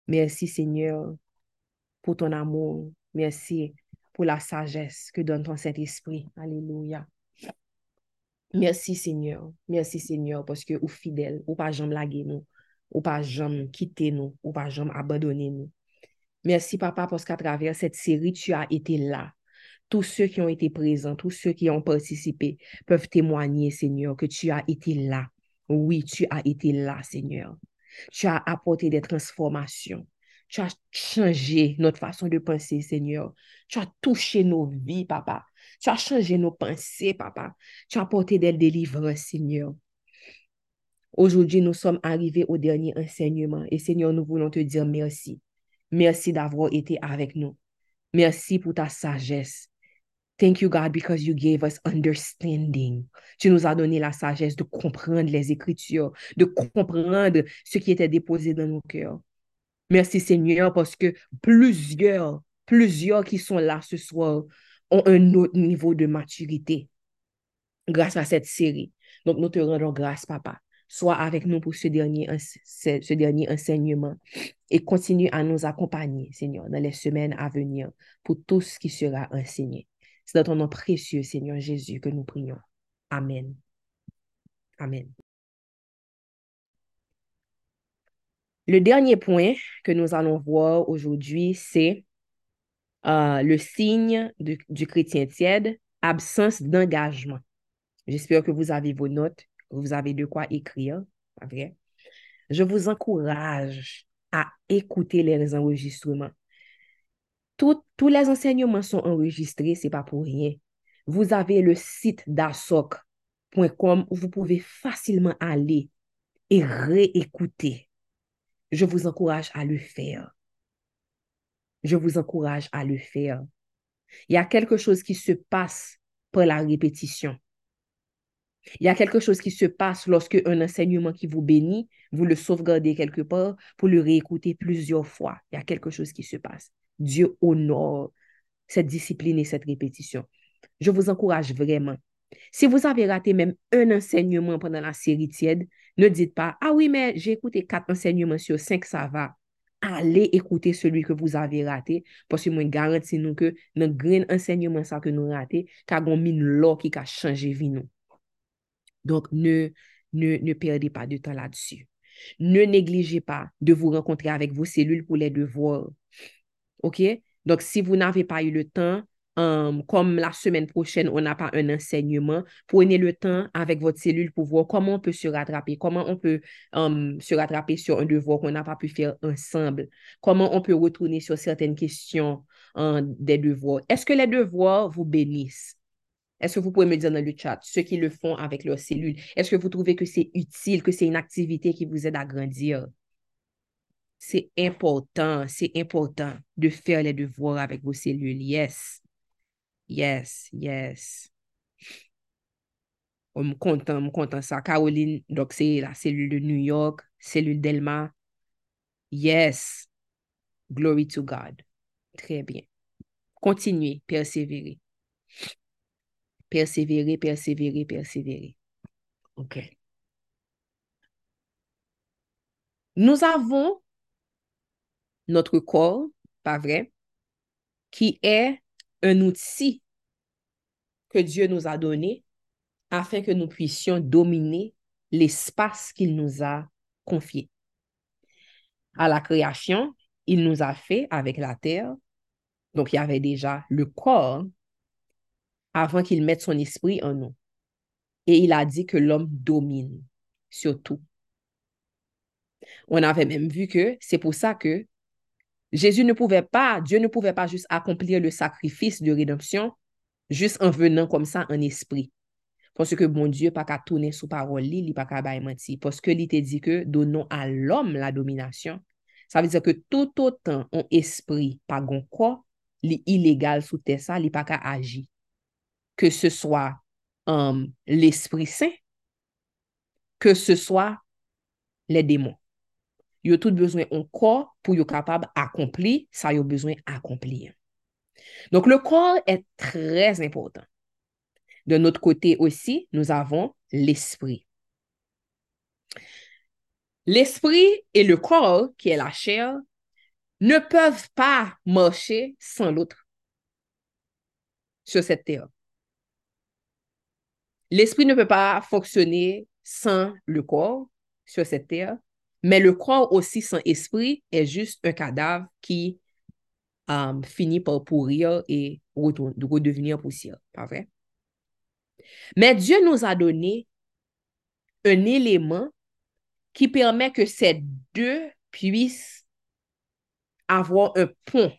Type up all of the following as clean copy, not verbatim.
Merci, Seigneur, pour ton amour. Merci pour la sagesse que donne ton Saint-Esprit. Alléluia. Merci, Seigneur. Merci, Seigneur, parce que ou fidèle, ou pas jamais laguer nous, ou pas jamais quitter nous, ou pas jamais abandonner nous. Merci, Papa, parce qu'à travers cette série, tu as été là. Tous ceux qui ont été présents, tous ceux qui ont participé peuvent témoigner, Seigneur, que tu as été là. Oui, tu as été là, Seigneur. Tu as apporté des transformations. Tu as changé notre façon de penser, Seigneur. Tu as touché nos vies, Papa. Tu as changé nos pensées, Papa. Tu as apporté des délivrances, Seigneur. Aujourd'hui, nous sommes arrivés au dernier enseignement et Seigneur, nous voulons te dire merci. Merci d'avoir été avec nous. Merci pour ta sagesse. Thank you, God, because you gave us understanding. Tu nous as donné la sagesse de comprendre les Écritures, de comprendre ce qui était déposé dans nos cœurs. Merci, Seigneur, parce que plusieurs qui sont là ce soir ont un autre niveau de maturité grâce à cette série. Donc, nous te rendons grâce, Papa. Sois avec nous pour ce dernier enseignement et continue à nous accompagner, Seigneur, dans les semaines à venir pour tout ce qui sera enseigné. C'est dans ton nom précieux, Seigneur Jésus, que nous prions. Amen. Amen. Le dernier point que nous allons voir aujourd'hui, c'est le signe du chrétien tiède, absence d'engagement. J'espère que vous avez vos notes, vous avez de quoi écrire, pas vrai? Je vous encourage à écouter les enregistrements. Tous les enseignements sont enregistrés, c'est pas pour rien. Vous avez le site dasoc.com où vous pouvez facilement aller et réécouter. Je vous encourage à le faire. Je vous encourage à le faire. Il y a quelque chose qui se passe par la répétition. Il y a quelque chose qui se passe lorsque un enseignement qui vous bénit, vous le sauvegardez quelque part pour le réécouter plusieurs fois. Il y a quelque chose qui se passe. Dieu honore cette discipline et cette répétition. Je vous encourage vraiment. Si vous avez raté même un enseignement pendant la série tiède, ne dites pas, ah oui, mais j'ai écouté 4 enseignements sur 5, ça va. Allez écouter celui que vous avez raté, parce que moi, garantis nous que dans le grand enseignement ça que nous raté, car on mine l'or qui a changé vie nous. Donc, ne perdez pas de temps là-dessus. Ne négligez pas de vous rencontrer avec vos cellules pour les devoirs. OK? Donc, si vous n'avez pas eu le temps, comme la semaine prochaine, on n'a pas un enseignement, prenez le temps avec votre cellule pour voir comment on peut se rattraper, comment on peut se rattraper sur un devoir qu'on n'a pas pu faire ensemble, comment on peut retourner sur certaines questions des devoirs. Est-ce que les devoirs vous bénissent? Est-ce que vous pouvez me dire dans le chat, ceux qui le font avec leurs cellules, est-ce que vous trouvez que c'est utile, que c'est une activité qui vous aide à grandir? C'est important de faire les devoirs avec vos cellules. Yes, yes, yes. Je me content ça. Caroline, donc c'est la cellule de New York, cellule d'Elma. Yes, glory to God. Très bien. Continuez, persévérer. Persévérer, persévérer, persévérer. OK. Nous avons notre corps, pas vrai, qui est un outil que Dieu nous a donné afin que nous puissions dominer l'espace qu'il nous a confié. À la création, il nous a fait avec la terre, donc il y avait déjà le corps avant qu'il mette son esprit en nous. Et il a dit que l'homme domine sur tout. On avait même vu que c'est pour ça que Dieu ne pouvait pas juste accomplir le sacrifice de rédemption juste en venant comme ça en esprit. Parce que bon Dieu pas qu'à tourner sous parole, il pas qu'à bailler menti. Parce que il te dit que donnons à l'homme la domination. Ça veut dire que tout autant un esprit pas gon corps, illégal sous terre ça, il pas qu'à agir. Que ce soit l'Esprit Saint, que ce soit les démons. Ils ont tout besoin d'un corps pour être capable d'accomplir ça ils ont besoin d'accomplir. Donc le corps est très important. De notre côté aussi, nous avons l'esprit. L'esprit et le corps, qui est la chair, ne peuvent pas marcher sans l'autre sur cette terre. L'esprit ne peut pas fonctionner sans le corps sur cette terre, mais le corps aussi sans esprit est juste un cadavre qui finit par pourrir et redevenir poussière, pas vrai? Mais Dieu nous a donné un élément qui permet que ces deux puissent avoir un pont.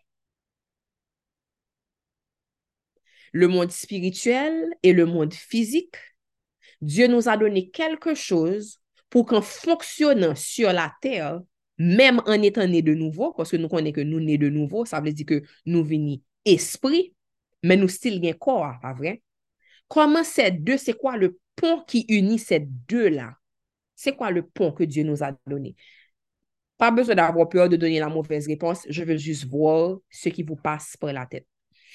Le monde spirituel et le monde physique, Dieu nous a donné quelque chose pour qu'en fonctionnant sur la terre, même en étant né de nouveau, parce que nous connaissons que nous nés de nouveau, ça veut dire que nous venons esprit, mais nous still un corps, pas vrai? Comment ces deux, c'est quoi le pont qui unit ces deux-là? C'est quoi le pont que Dieu nous a donné? Pas besoin d'avoir peur de donner la mauvaise réponse, je veux juste voir ce qui vous passe par la tête.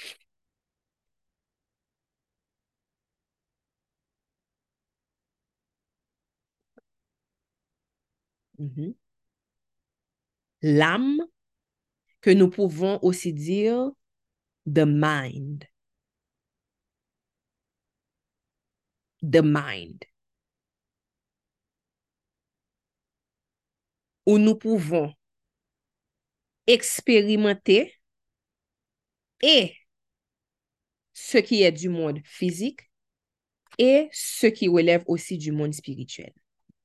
Mhm. L'âme, que nous pouvons aussi dire the mind. The mind. Où nous pouvons expérimenter et ce qui est du monde physique et ce qui relève aussi du monde spirituel.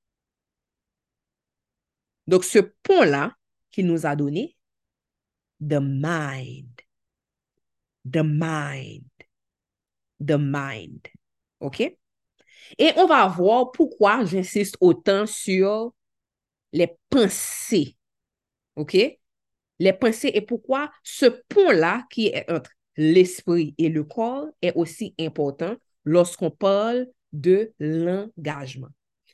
Donc, ce pont-là qu'il nous a donné, the mind, the mind, the mind. OK? Et on va voir pourquoi j'insiste autant sur les pensées. OK? Les pensées et pourquoi ce pont-là qui est entre l'esprit et le corps est aussi important lorsqu'on parle de l'engagement.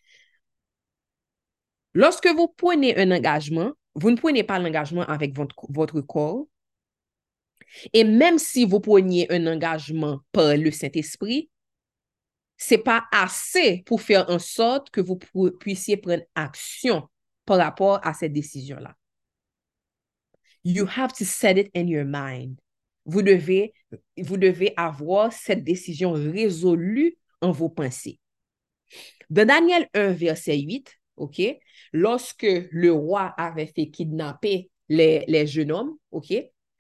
Lorsque vous prenez un engagement, vous ne prenez pas l'engagement avec votre corps. Et même si vous preniez un engagement par le Saint-Esprit, ce n'est pas assez pour faire en sorte que vous puissiez prendre action par rapport à cette décision-là. You have to set it in your mind. Vous devez avoir cette décision résolue en vos pensées. Dans Daniel 1, verset 8, OK, lorsque le roi avait fait kidnapper les jeunes hommes, OK,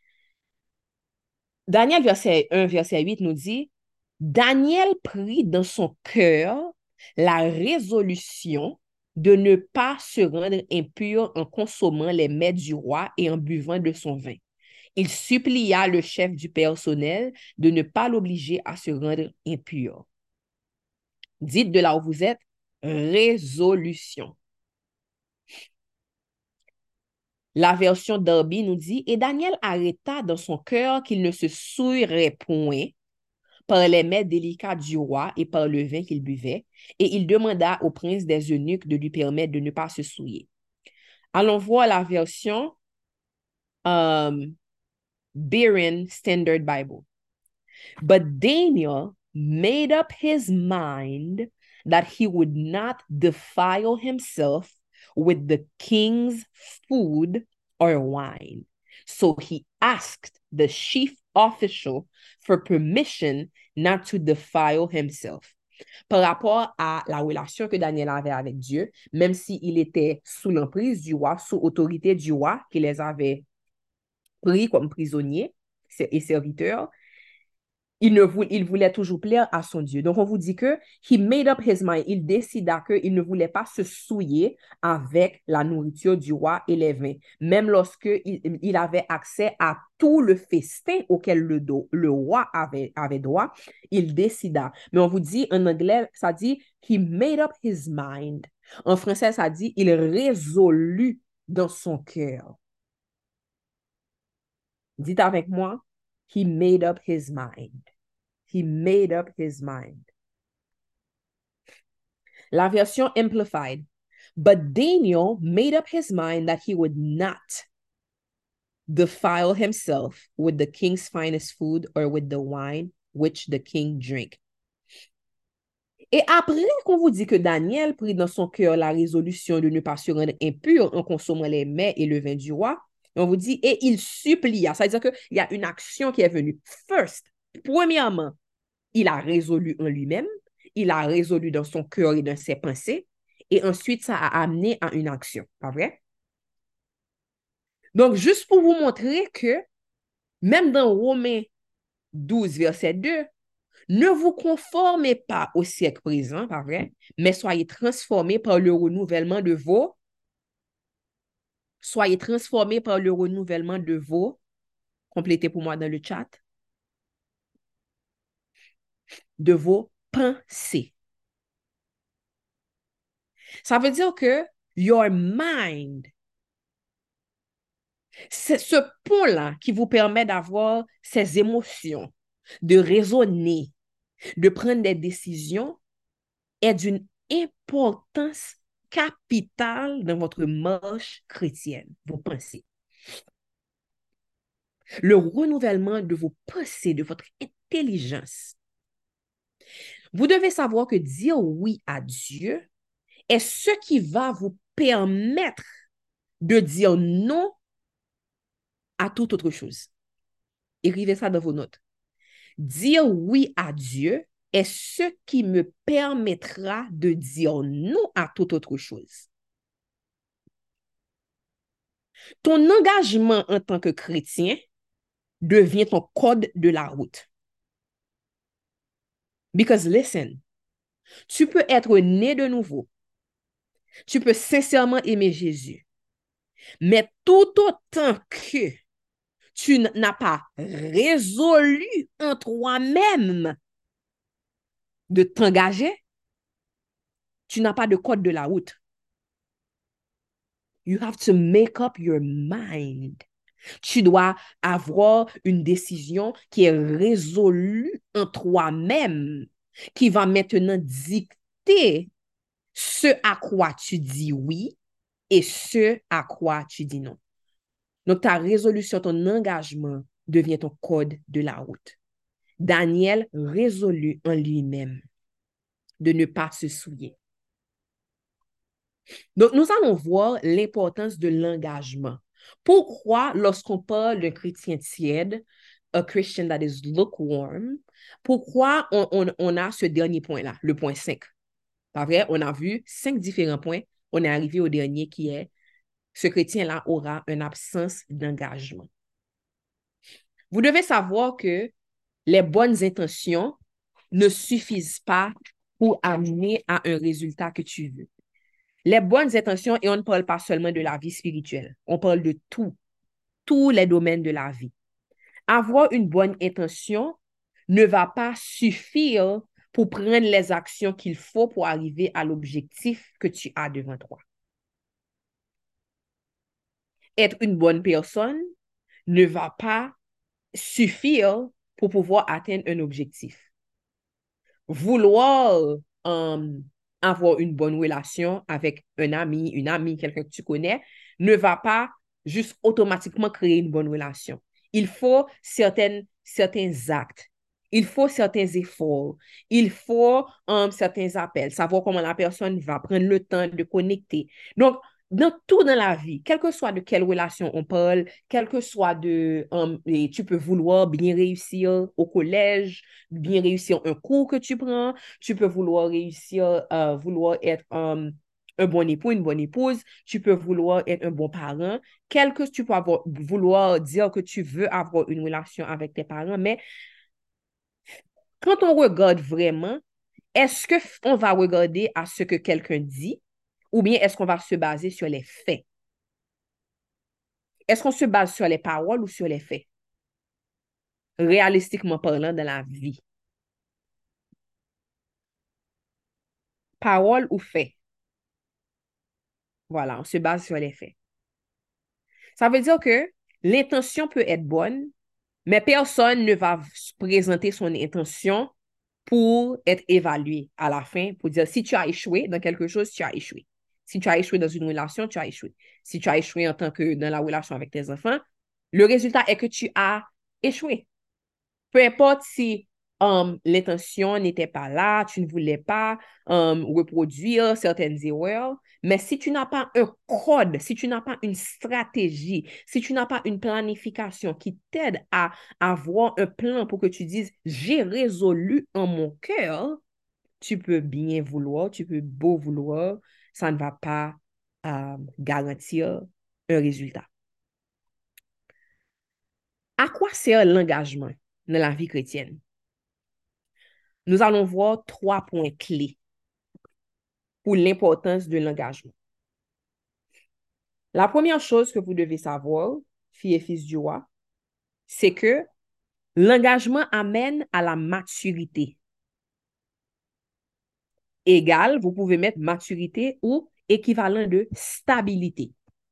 Daniel 1, verset 8 nous dit, Daniel prit dans son cœur la résolution de ne pas se rendre impur en consommant les mets du roi et en buvant de son vin. Il supplia le chef du personnel de ne pas l'obliger à se rendre impur. Dites de là où vous êtes, résolution. La version Darby nous dit, et Daniel arrêta dans son cœur qu'il ne se souillerait point par les mets délicats du roi et par le vin qu'il buvait, et il demanda au prince des eunuques de lui permettre de ne pas se souiller. Allons voir la version Berean Standard Bible. But Daniel made up his mind that he would not defile himself with the king's food or wine. So he asked the chief official for permission not to defile himself. Par rapport à la relation que Daniel avait avec Dieu, même s'il était sous l'emprise du roi, sous autorité du roi, qui les avait pris comme prisonniers et serviteurs, il voulait toujours plaire à son Dieu. Donc, on vous dit que he made up his mind. Il décida qu'il ne voulait pas se souiller avec la nourriture du roi et les vins. Même lorsque il avait accès à tout le festin auquel le roi avait droit, il décida. Mais on vous dit, en anglais, ça dit he made up his mind. En français, ça dit il résolut dans son cœur. Dites avec moi, he made up his mind. He made up his mind. La version Amplified. But Daniel made up his mind that he would not defile himself with the king's finest food or with the wine which the king drank. Et après qu'on vous dit que Daniel prit dans son cœur la résolution de ne pas se rendre impur en consommant les mets et le vin du roi, On vous dit, et il supplia. Ça veut dire qu'il y a une action qui est venue. First, premièrement, il a résolu en lui-même, il a résolu dans son cœur et dans ses pensées, et ensuite, ça a amené à une action. Pas vrai? Donc, juste pour vous montrer que même dans Romains 12, verset 2, ne vous conformez pas au siècle présent, pas vrai, mais soyez transformés par le renouvellement de vos, complétez pour moi dans le chat, de vos pensées. Ça veut dire que your mind, c'est ce pont-là qui vous permet d'avoir ces émotions, de raisonner, de prendre des décisions, est d'une importance capitale dans votre marche chrétienne, vos pensées. Le renouvellement de vos pensées, de votre intelligence. Vous devez savoir que dire oui à Dieu est ce qui va vous permettre de dire non à toute autre chose. Écrivez ça dans vos notes. Dire oui à Dieu est ce qui me permettra de dire non à toute autre chose. Ton engagement en tant que chrétien devient ton code de la route. Because listen, tu peux être né de nouveau. Tu peux sincèrement aimer Jésus. Mais tout autant que tu n'as pas résolu en toi-même de t'engager, tu n'as pas de code de la route. You have to make up your mind. Tu dois avoir une décision qui est résolue en toi-même, qui va maintenant dicter ce à quoi tu dis oui et ce à quoi tu dis non. Donc, ta résolution, ton engagement devient ton code de la route. Daniel résolut en lui-même de ne pas se souiller. Donc, nous allons voir l'importance de l'engagement. Pourquoi, lorsqu'on parle d'un chrétien tiède, a Christian that is lukewarm, pourquoi on a ce dernier point-là, le point 5? Pas vrai? On a vu 5 différents points. On est arrivé au dernier qui est ce chrétien-là aura une absence d'engagement. Vous devez savoir que les bonnes intentions ne suffisent pas pour amener à un résultat que tu veux. Les bonnes intentions, et on ne parle pas seulement de la vie spirituelle, on parle de tous les domaines de la vie. Avoir une bonne intention ne va pas suffire pour prendre les actions qu'il faut pour arriver à l'objectif que tu as devant toi. Être une bonne personne ne va pas suffire pour pouvoir atteindre un objectif. Vouloir avoir une bonne relation avec un ami, une amie, quelqu'un que tu connais, ne va pas juste automatiquement créer une bonne relation. Il faut certains actes. Il faut certains efforts. Il faut certains appels. Savoir comment la personne va prendre le temps de connecter. Donc, dans tout dans la vie, quelle que soit de quelle relation on parle, quel que soit et tu peux vouloir bien réussir au collège, bien réussir un cours que tu prends, tu peux vouloir réussir, vouloir être un bon époux, une bonne épouse, tu peux vouloir être un bon parent, tu peux vouloir dire que tu veux avoir une relation avec tes parents, mais quand on regarde vraiment, est-ce qu'on va regarder à ce que quelqu'un dit ou bien est-ce qu'on va se baser sur les faits? Est-ce qu'on se base sur les paroles ou sur les faits? Réalistiquement parlant dans la vie. Parole ou faits? Voilà, on se base sur les faits. Ça veut dire que l'intention peut être bonne, mais personne ne va présenter son intention pour être évalué à la fin, pour dire si tu as échoué dans quelque chose, tu as échoué. Si tu as échoué dans une relation, tu as échoué. Si tu as échoué en tant que dans la relation avec tes enfants, le résultat est que tu as échoué. Peu importe si L'intention n'était pas là, tu ne voulais pas reproduire certaines erreurs. Mais si tu n'as pas un code, si tu n'as pas une stratégie, si tu n'as pas une planification qui t'aide à avoir un plan pour que tu dises, j'ai résolu en mon cœur, tu peux bien vouloir, tu peux beau vouloir, ça ne va pas garantir un résultat. À quoi sert l'engagement dans la vie chrétienne? Nous allons voir 3 points clés pour l'importance de l'engagement. La première chose que vous devez savoir, filles et fils du roi, c'est que l'engagement amène à la maturité. Égal, vous pouvez mettre maturité ou équivalent de stabilité.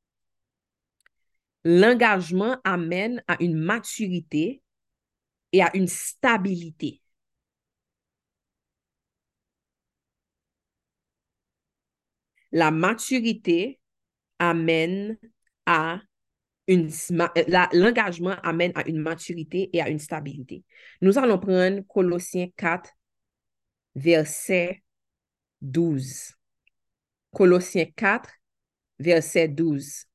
L'engagement amène à une maturité et à une stabilité. La maturité amène à l'engagement amène à une maturité et à une stabilité. Nous allons prendre Colossiens 4, verset 12. Colossiens 4, verset 12.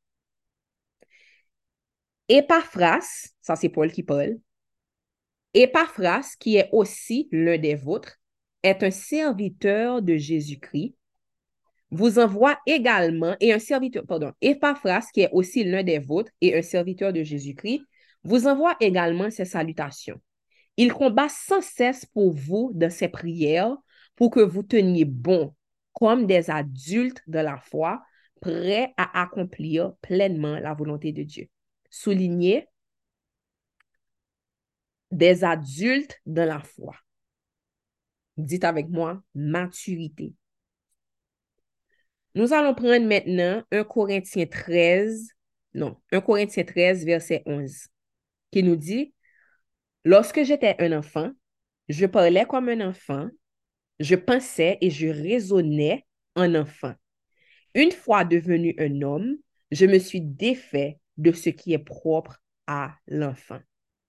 Épaphras, ça c'est Paul qui parle, Épaphras, qui est aussi l'un des vôtres, est un serviteur de Jésus-Christ, vous envoie également, et un serviteur, pardon, Épaphras, qui est aussi l'un des vôtres et un serviteur de Jésus-Christ, vous envoie également ses salutations. Il combat sans cesse pour vous dans ses prières pour que vous teniez bon comme des adultes de la foi, prêts à accomplir pleinement la volonté de Dieu. Soulignez des adultes dans la foi. Dites avec moi, maturité. Nous allons prendre maintenant 1 Corinthiens 13, non, 1 Corinthiens 13, verset 11, qui nous dit, lorsque j'étais un enfant, je parlais comme un enfant, je pensais et je raisonnais en enfant. Une fois devenu un homme, je me suis défait de ce qui est propre à l'enfant.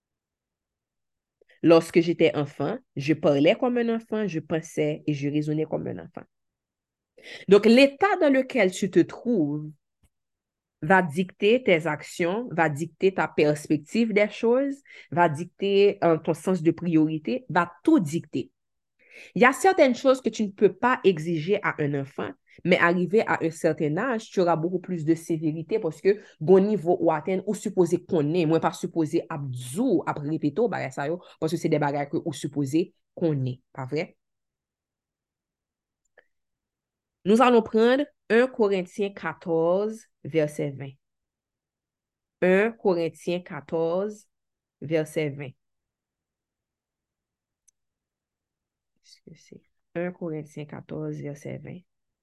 Lorsque j'étais enfant, je parlais comme un enfant, je pensais et je raisonnais comme un enfant. Donc, l'état dans lequel tu te trouves va dicter tes actions, va dicter ta perspective des choses, va dicter ton sens de priorité, va tout dicter. Il y a certaines choses que tu ne peux pas exiger à un enfant, mais arrivé à un certain âge, tu auras beaucoup plus de sévérité parce que bon niveau ou atteindre ou supposé qu'on est, moi pas supposé abdou après répéter parce que c'est des bagages que ou supposé qu'on est, pas vrai? Nous allons prendre 1 Corinthiens 14, verset 20. 1 Corinthiens 14, verset 20. Qu'est-ce que c'est? 1 Corinthiens 14, verset 20.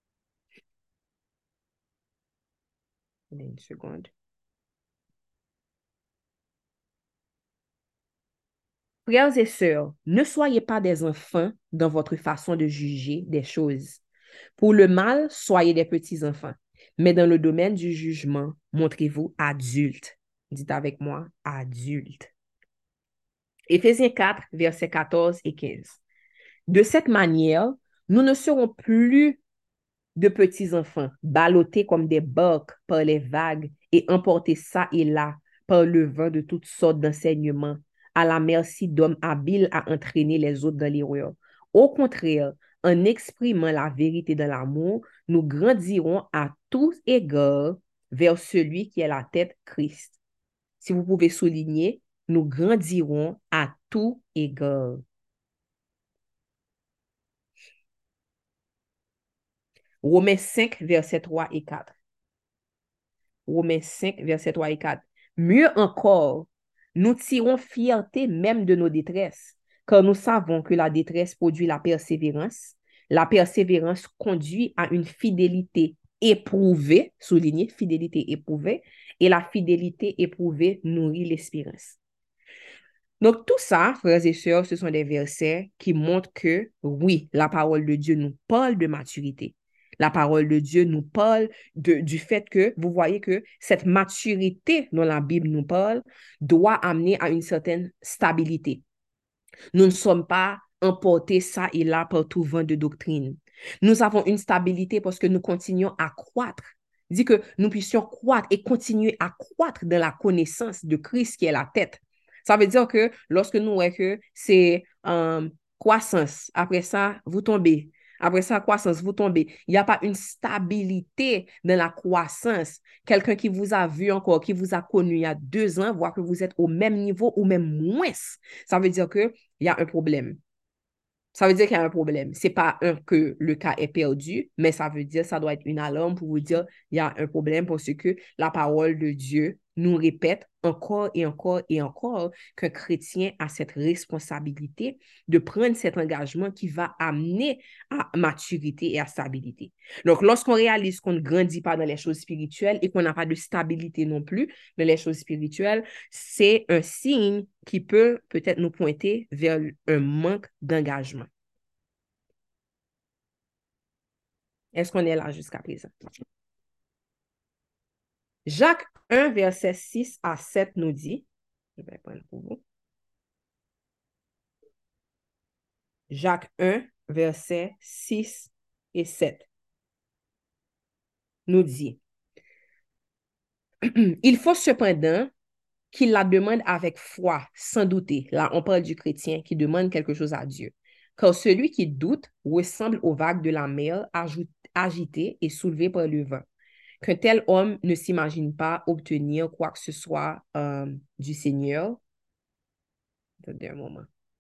Une seconde. Frères et sœurs, ne soyez pas des enfants dans votre façon de juger des choses. Pour le mal, soyez des petits enfants. Mais dans le domaine du jugement, montrez-vous adultes. Dites avec moi, adultes. Éphésiens 4, versets 14 et 15. De cette manière, nous ne serons plus de petits enfants, ballottés comme des barques par les vagues et emportés ça et là par le vent de toutes sortes d'enseignements, à la merci d'hommes habiles à entraîner les autres dans l'erreur. Au contraire, en exprimant la vérité de l'amour, nous grandirons à tous égards vers celui qui est la tête, Christ. Si vous pouvez souligner, nous grandirons à tout égard. Romains 5, versets 3 et 4. Romains 5, versets 3 et 4. Mieux encore, nous tirons fierté même de nos détresses, car nous savons que la détresse produit la persévérance. La persévérance conduit à une fidélité éprouvée, souligné, fidélité éprouvée, et la fidélité éprouvée nourrit l'espérance. Donc, tout ça, frères et sœurs, ce sont des versets qui montrent que, oui, la parole de Dieu nous parle de maturité. La parole de Dieu nous parle du fait que, vous voyez que cette maturité dont la Bible nous parle doit amener à une certaine stabilité. Nous ne sommes pas emportés ça et là par tout vent de doctrine. Nous avons une stabilité parce que nous continuons à croître. Dit que nous puissions croître et continuer à croître dans la connaissance de Christ qui est la tête. Ça veut dire que lorsque nous voyons que c'est croissance, après ça, vous tombez. Après ça, croissance, vous tombez. Il n'y a pas une stabilité dans la croissance. Quelqu'un qui vous a vu encore, qui vous a connu il y a 2 ans, voit que vous êtes au même niveau ou même moins. Ça veut dire que il y a un problème. Ça veut dire qu'il y a un problème. C'est pas que le cas est perdu, mais ça veut dire, ça doit être une alarme pour vous dire, il y a un problème parce que la parole de Dieu nous répète encore et encore et encore qu'un chrétien a cette responsabilité de prendre cet engagement qui va amener à maturité et à stabilité. Donc, lorsqu'on réalise qu'on ne grandit pas dans les choses spirituelles et qu'on n'a pas de stabilité non plus dans les choses spirituelles, c'est un signe qui peut peut-être nous pointer vers un manque d'engagement. Est-ce qu'on est là jusqu'à présent? Jacques 1, verset 6 à 7 nous dit, je vais prendre pour vous, Jacques 1, verset 6 et 7 nous dit, il faut cependant qu'il la demande avec foi, sans douter. Là, on parle du chrétien qui demande quelque chose à Dieu. Car celui qui doute ressemble aux vagues de la mer agitées et soulevées par le vent. Qu'un tel homme ne s'imagine pas obtenir quoi que ce soit du Seigneur. Attendez un moment.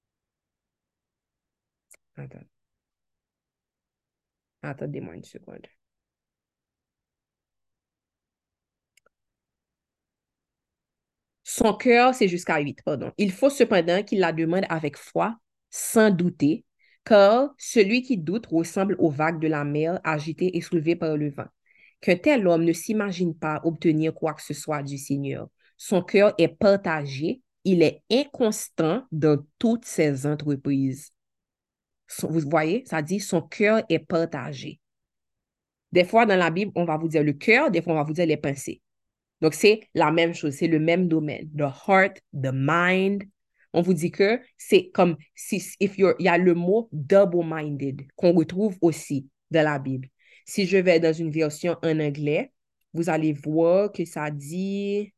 Attendez-moi une seconde. Son cœur, c'est jusqu'à 8, pardon. Il faut cependant qu'il la demande avec foi, sans douter, car celui qui doute ressemble aux vagues de la mer agitées et soulevées par le vent. Qu'un tel homme ne s'imagine pas obtenir quoi que ce soit du Seigneur. Son cœur est partagé, il est inconstant dans toutes ses entreprises. Vous voyez, ça dit son cœur est partagé. Des fois, dans la Bible, on va vous dire le cœur, des fois, on va vous dire les pensées. Donc, c'est la même chose, c'est le même domaine. The heart, the mind. On vous dit que c'est comme si il y a le mot double-minded qu'on retrouve aussi dans la Bible. Si je vais dans une version en anglais, vous allez voir que ça dit,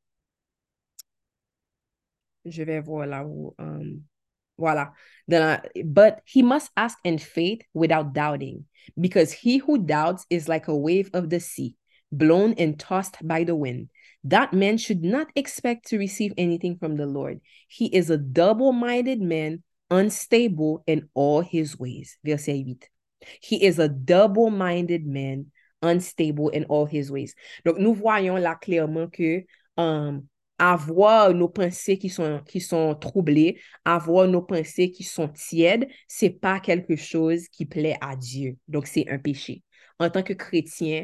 je vais voir là où, voilà. But he must ask in faith without doubting, because he who doubts is like a wave of the sea, blown and tossed by the wind. That man should not expect to receive anything from the Lord. He is a double-minded man, unstable in all his ways. Verset 8. He is a double-minded man, unstable in all his ways. Donc, nous voyons là clairement que avoir nos pensées qui sont troublées, avoir nos pensées qui sont tièdes, c'est pas quelque chose qui plaît à Dieu. Donc, c'est un péché. En tant que chrétien,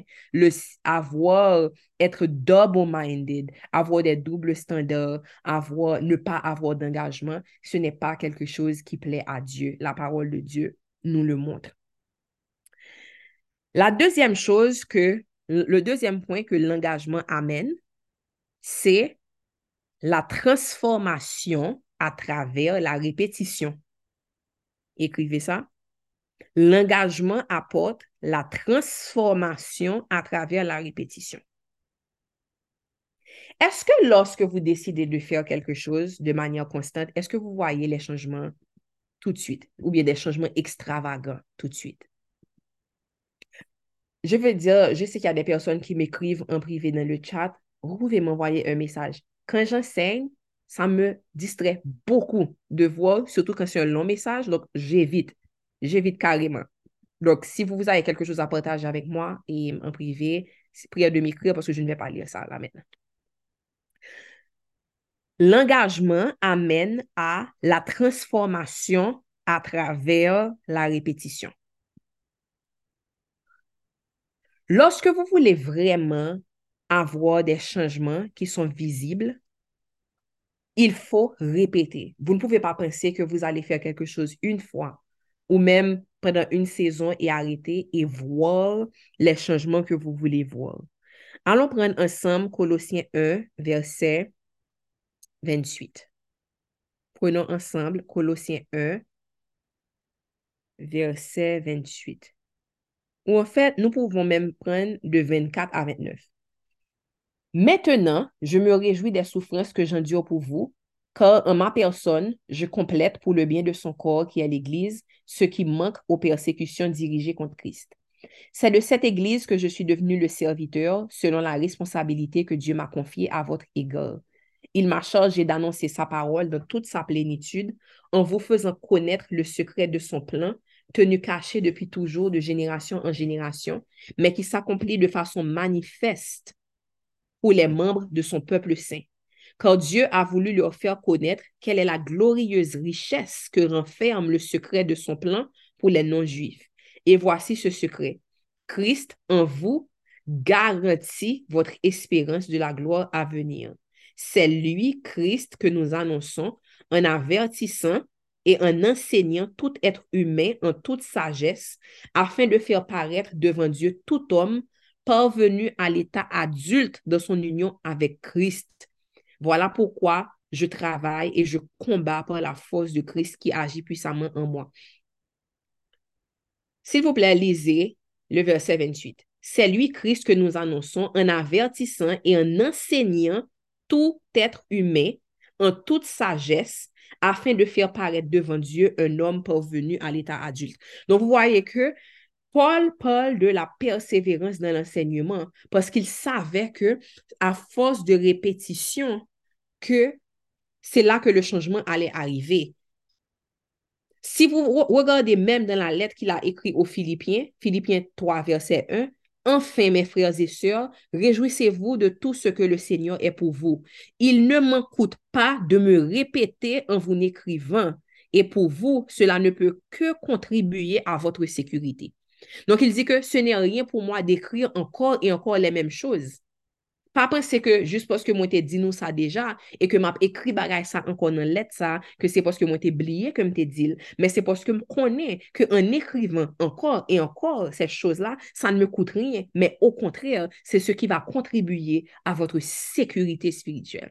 être double-minded, avoir des doubles standards, ne pas avoir d'engagement, ce n'est pas quelque chose qui plaît à Dieu. La parole de Dieu nous le montre. Le deuxième point que l'engagement amène, c'est la transformation à travers la répétition. Écrivez ça. L'engagement apporte la transformation à travers la répétition. Est-ce que lorsque vous décidez de faire quelque chose de manière constante, est-ce que vous voyez les changements tout de suite ou bien des changements extravagants tout de suite? Je veux dire, je sais qu'il y a des personnes qui m'écrivent en privé dans le chat. Vous pouvez m'envoyer un message. Quand j'enseigne, ça me distrait beaucoup de voir, surtout quand c'est un long message, donc j'évite. J'évite carrément. Donc, si vous avez quelque chose à partager avec moi et en privé, prière de m'écrire parce que je ne vais pas lire ça là maintenant. L'engagement amène à la transformation à travers la répétition. Lorsque vous voulez vraiment avoir des changements qui sont visibles, il faut répéter. Vous ne pouvez pas penser que vous allez faire quelque chose une fois ou même pendant une saison et arrêter et voir les changements que vous voulez voir. Allons prendre ensemble Colossiens 1, verset 28. Prenons ensemble Colossiens 1, verset 28. Ou en fait, nous pouvons même prendre de 24 à 29. Maintenant, je me réjouis des souffrances que j'endure pour vous, car en ma personne, je complète pour le bien de son corps qui est l'Église, ce qui manque aux persécutions dirigées contre Christ. C'est de cette Église que je suis devenu le serviteur selon la responsabilité que Dieu m'a confiée à votre égard. Il m'a chargé d'annoncer sa parole dans toute sa plénitude en vous faisant connaître le secret de son plan, tenu caché depuis toujours de génération en génération, mais qui s'accomplit de façon manifeste pour les membres de son peuple saint. Car Dieu a voulu leur faire connaître quelle est la glorieuse richesse que renferme le secret de son plan pour les non-juifs. Et voici ce secret. Christ en vous garantit votre espérance de la gloire à venir. C'est lui, Christ, que nous annonçons en avertissant et en enseignant tout être humain en toute sagesse, afin de faire paraître devant Dieu tout homme parvenu à l'état adulte de son union avec Christ. Voilà pourquoi je travaille et je combats par la force de Christ qui agit puissamment en moi. S'il vous plaît, lisez le verset 28. C'est lui, Christ, que nous annonçons en avertissant et en enseignant tout être humain en toute sagesse afin de faire paraître devant Dieu un homme parvenu à l'état adulte. Donc, vous voyez que Paul parle de la persévérance dans l'enseignement parce qu'il savait que à force de répétition, que c'est là que le changement allait arriver. Si vous regardez même dans la lettre qu'il a écrite aux Philippiens, Philippiens 3, verset 1, enfin, mes frères et sœurs, réjouissez-vous de tout ce que le Seigneur est pour vous. Il ne m'en coûte pas de me répéter en vous écrivant. Et pour vous, cela ne peut que contribuer à votre sécurité. Donc, il dit que ce n'est rien pour moi d'écrire encore et encore les mêmes choses. Pas penser que juste parce que moi t'ai dit nous ça déjà et que m'a écrit bagay ça encore dans lettre ça, que c'est parce que moi t'ai oublié que m't'ai dit, mais c'est parce que me connais que en écrivant encore et encore ces choses-là, ça ne me coûte rien, mais au contraire, c'est ce qui va contribuer à votre sécurité spirituelle.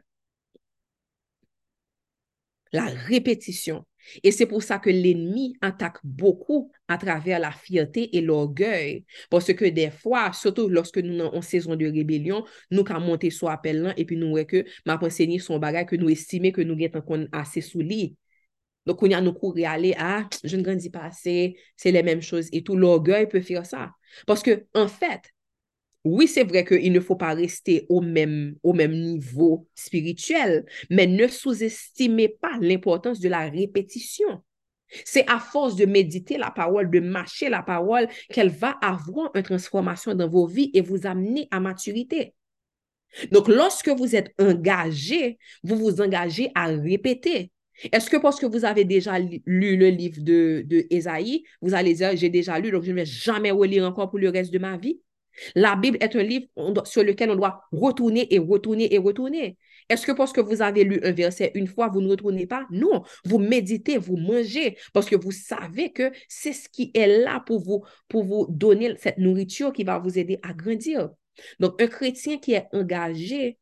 La répétition. Et c'est pour ça que l'ennemi attaque beaucoup à travers la fierté et l'orgueil. Parce que des fois, surtout lorsque nous sommes en saison de rébellion, nous avons monté sur appel là et puis nous voyons que ma enseigné son bagage que nous estimons que nous sommes assez sous lit. Donc, on a nous courir aller, ah, je ne grandis pas assez, c'est les mêmes choses et tout. L'orgueil peut faire ça. Parce que, en fait, oui, c'est vrai qu'il ne faut pas rester au même niveau spirituel, mais ne sous-estimez pas l'importance de la répétition. C'est à force de méditer la parole, de mâcher la parole, qu'elle va avoir une transformation dans vos vies et vous amener à maturité. Donc, lorsque vous êtes engagé, vous vous engagez à répéter. Est-ce que parce que vous avez déjà lu le livre de Ésaïe, vous allez dire, j'ai déjà lu, donc je ne vais jamais relire encore pour le reste de ma vie? La Bible est un livre sur lequel on doit retourner et retourner et retourner. Est-ce que parce que vous avez lu un verset une fois, vous ne retournez pas? Non, vous méditez, vous mangez, parce que vous savez que c'est ce qui est là pour vous donner cette nourriture qui va vous aider à grandir. Donc, un chrétien qui est engagé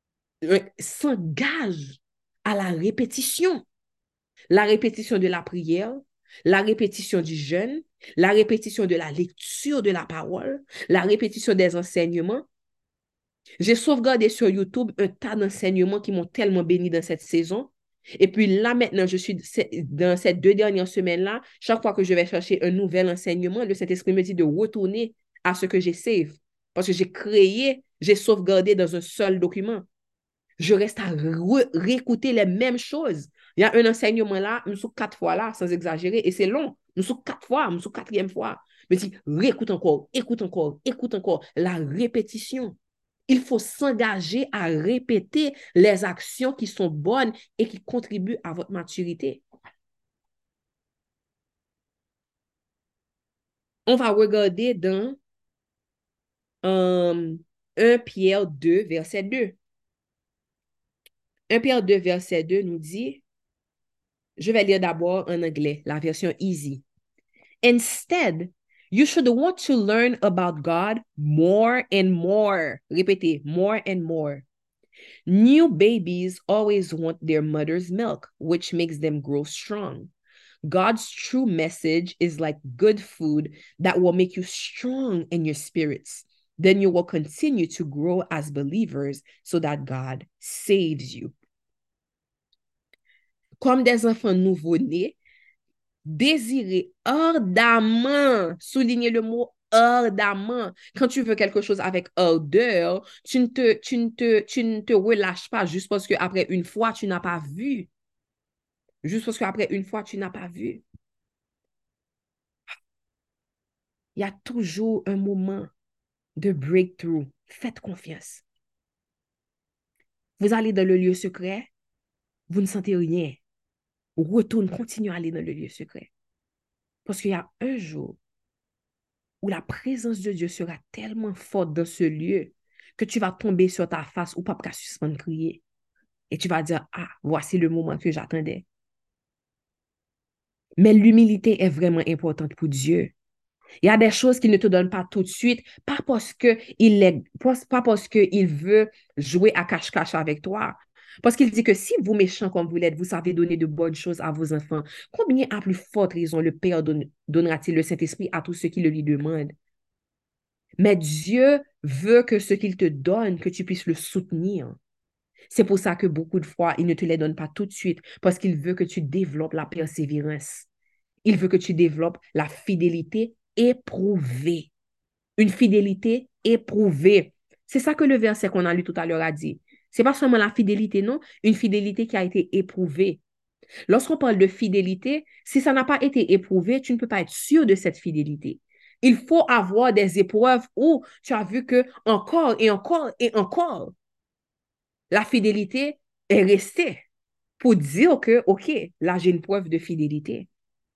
s'engage à la répétition de la prière, la répétition du jeûne, la répétition de la lecture de la parole, la répétition des enseignements. J'ai sauvegardé sur YouTube un tas d'enseignements qui m'ont tellement béni dans cette saison. Et puis là, maintenant, je suis dans ces 2 dernières semaines-là, chaque fois que je vais chercher un nouvel enseignement, le Saint-Esprit me dit de retourner à ce que j'ai save. Parce que j'ai sauvegardé dans un seul document. Je reste à réécouter les mêmes choses. Il y a un enseignement là, nous sommes 4 fois là, sans exagérer, et c'est long. Nous sommes 4 fois, nous sommes quatrième fois. Mais si, réécoute encore, écoute encore, écoute encore. La répétition. Il faut s'engager à répéter les actions qui sont bonnes et qui contribuent à votre maturité. On va regarder dans 1 Pierre 2, verset 2. 1 Pierre 2, verset 2 nous dit, je vais lire d'abord en anglais, la version easy. Instead, you should want to learn about God more and more. Répétez, more and more. New babies always want their mother's milk, which makes them grow strong. God's true message is like good food that will make you strong in your spirits. Then you will continue to grow as believers so that God saves you. Comme des enfants nouveau-nés, désirez ardemment, soulignez le mot ardemment. Quand tu veux quelque chose avec ardeur, tu ne te relâches pas juste parce qu'après une fois, tu n'as pas vu. Juste parce qu'après une fois, tu n'as pas vu. Il y a toujours un moment de breakthrough. Faites confiance. Vous allez dans le lieu secret, vous ne sentez rien. Retourne, continue à aller dans le lieu secret. Parce qu'il y a un jour où la présence de Dieu sera tellement forte dans ce lieu que tu vas tomber sur ta face ou pas qu'à suspendre crier. Et tu vas dire, ah, voici le moment que j'attendais. Mais l'humilité est vraiment importante pour Dieu. Il y a des choses qu'il ne te donne pas tout de suite, pas parce qu'il veut jouer à cache-cache avec toi. Parce qu'il dit que si vous, méchants comme vous l'êtes, vous savez donner de bonnes choses à vos enfants, combien à plus forte raison le Père donnera-t-il le Saint-Esprit à tous ceux qui le lui demandent? Mais Dieu veut que ce qu'il te donne, que tu puisses le soutenir. C'est pour ça que beaucoup de fois, il ne te les donne pas tout de suite, parce qu'il veut que tu développes la persévérance. Il veut que tu développes la fidélité éprouvée. Une fidélité éprouvée. C'est ça que le verset qu'on a lu tout à l'heure a dit. C'est pas seulement la fidélité, non, une fidélité qui a été éprouvée. Lorsqu'on parle de fidélité, si ça n'a pas été éprouvé, tu ne peux pas être sûr de cette fidélité. Il faut avoir des épreuves où tu as vu que encore et encore et encore, la fidélité est restée pour dire que, OK, là, j'ai une preuve de fidélité.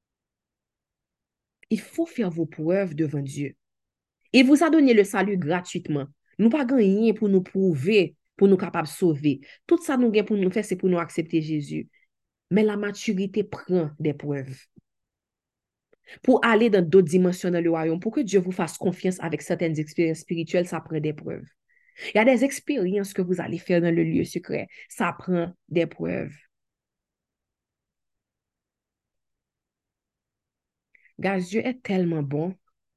Il faut faire vos preuves devant Dieu. Il vous a donné le salut gratuitement. Nous pas gagné pour nous prouver, pour nous capables de sauver. Tout ça nous gagne pour nous faire, c'est pour nous accepter Jésus. Mais la maturité prend des preuves. Pour aller dans d'autres dimensions dans le royaume, pour que Dieu vous fasse confiance avec certaines expériences spirituelles, ça prend des preuves. Il y a des expériences que vous allez faire dans le lieu secret. Ça prend des preuves. Guys, Dieu est tellement bon.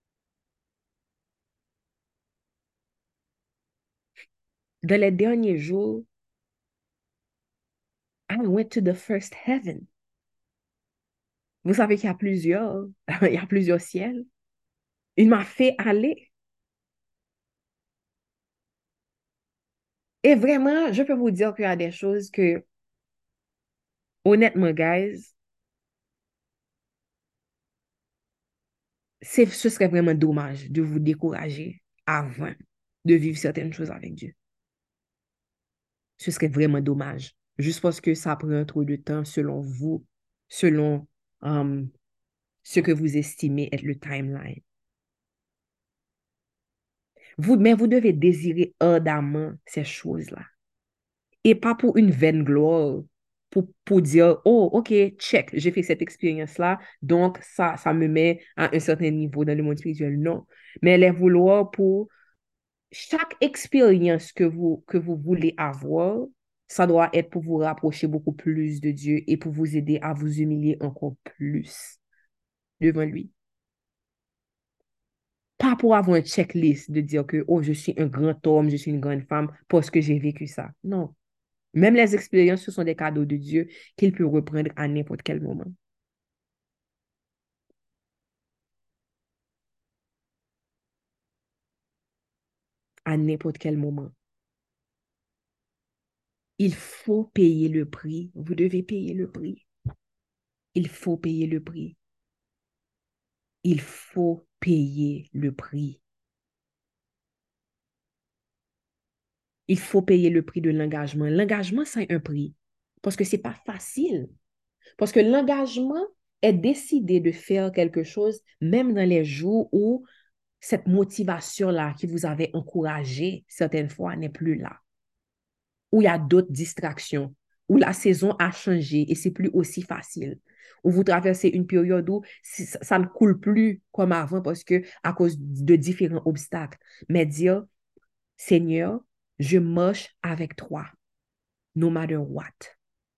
Dans les derniers jours, I went to the first heaven. Vous savez qu'il y a plusieurs, il y a plusieurs ciels. Il m'a fait aller. Et vraiment, je peux vous dire qu'il y a des choses que, honnêtement, guys, ce serait vraiment dommage de vous décourager avant de vivre certaines choses avec Dieu. Ce serait vraiment dommage. Juste parce que ça prend trop de temps selon vous, selon um, ce que vous estimez être le timeline. Mais vous devez désirer ardemment ces choses-là. Et pas pour une vaine gloire, pour dire, oh, OK, check, j'ai fait cette expérience-là, donc ça me met à un certain niveau dans le monde spirituel. Non, mais les vouloir pour chaque expérience que vous voulez avoir, ça doit être pour vous rapprocher beaucoup plus de Dieu et pour vous aider à vous humilier encore plus devant lui. Pas pour avoir un checklist de dire que, oh, je suis un grand homme, je suis une grande femme parce que j'ai vécu ça. Non. Même les expériences, ce sont des cadeaux de Dieu qu'il peut reprendre à n'importe quel moment. À n'importe quel moment. Il faut payer le prix. Vous devez payer le prix. Il faut payer le prix. Il faut payer le prix. Il faut payer le prix de l'engagement. L'engagement, c'est un prix. Parce que ce n'est pas facile. Parce que l'engagement est décidé de faire quelque chose, même dans les jours où cette motivation-là qui vous avait encouragé certaines fois n'est plus là. Où il y a d'autres distractions, où la saison a changé et c'est plus aussi facile. Où vous traversez une période où ça ne coule plus comme avant parce que à cause de différents obstacles. Mais dire, Seigneur, je marche avec toi. no matter what.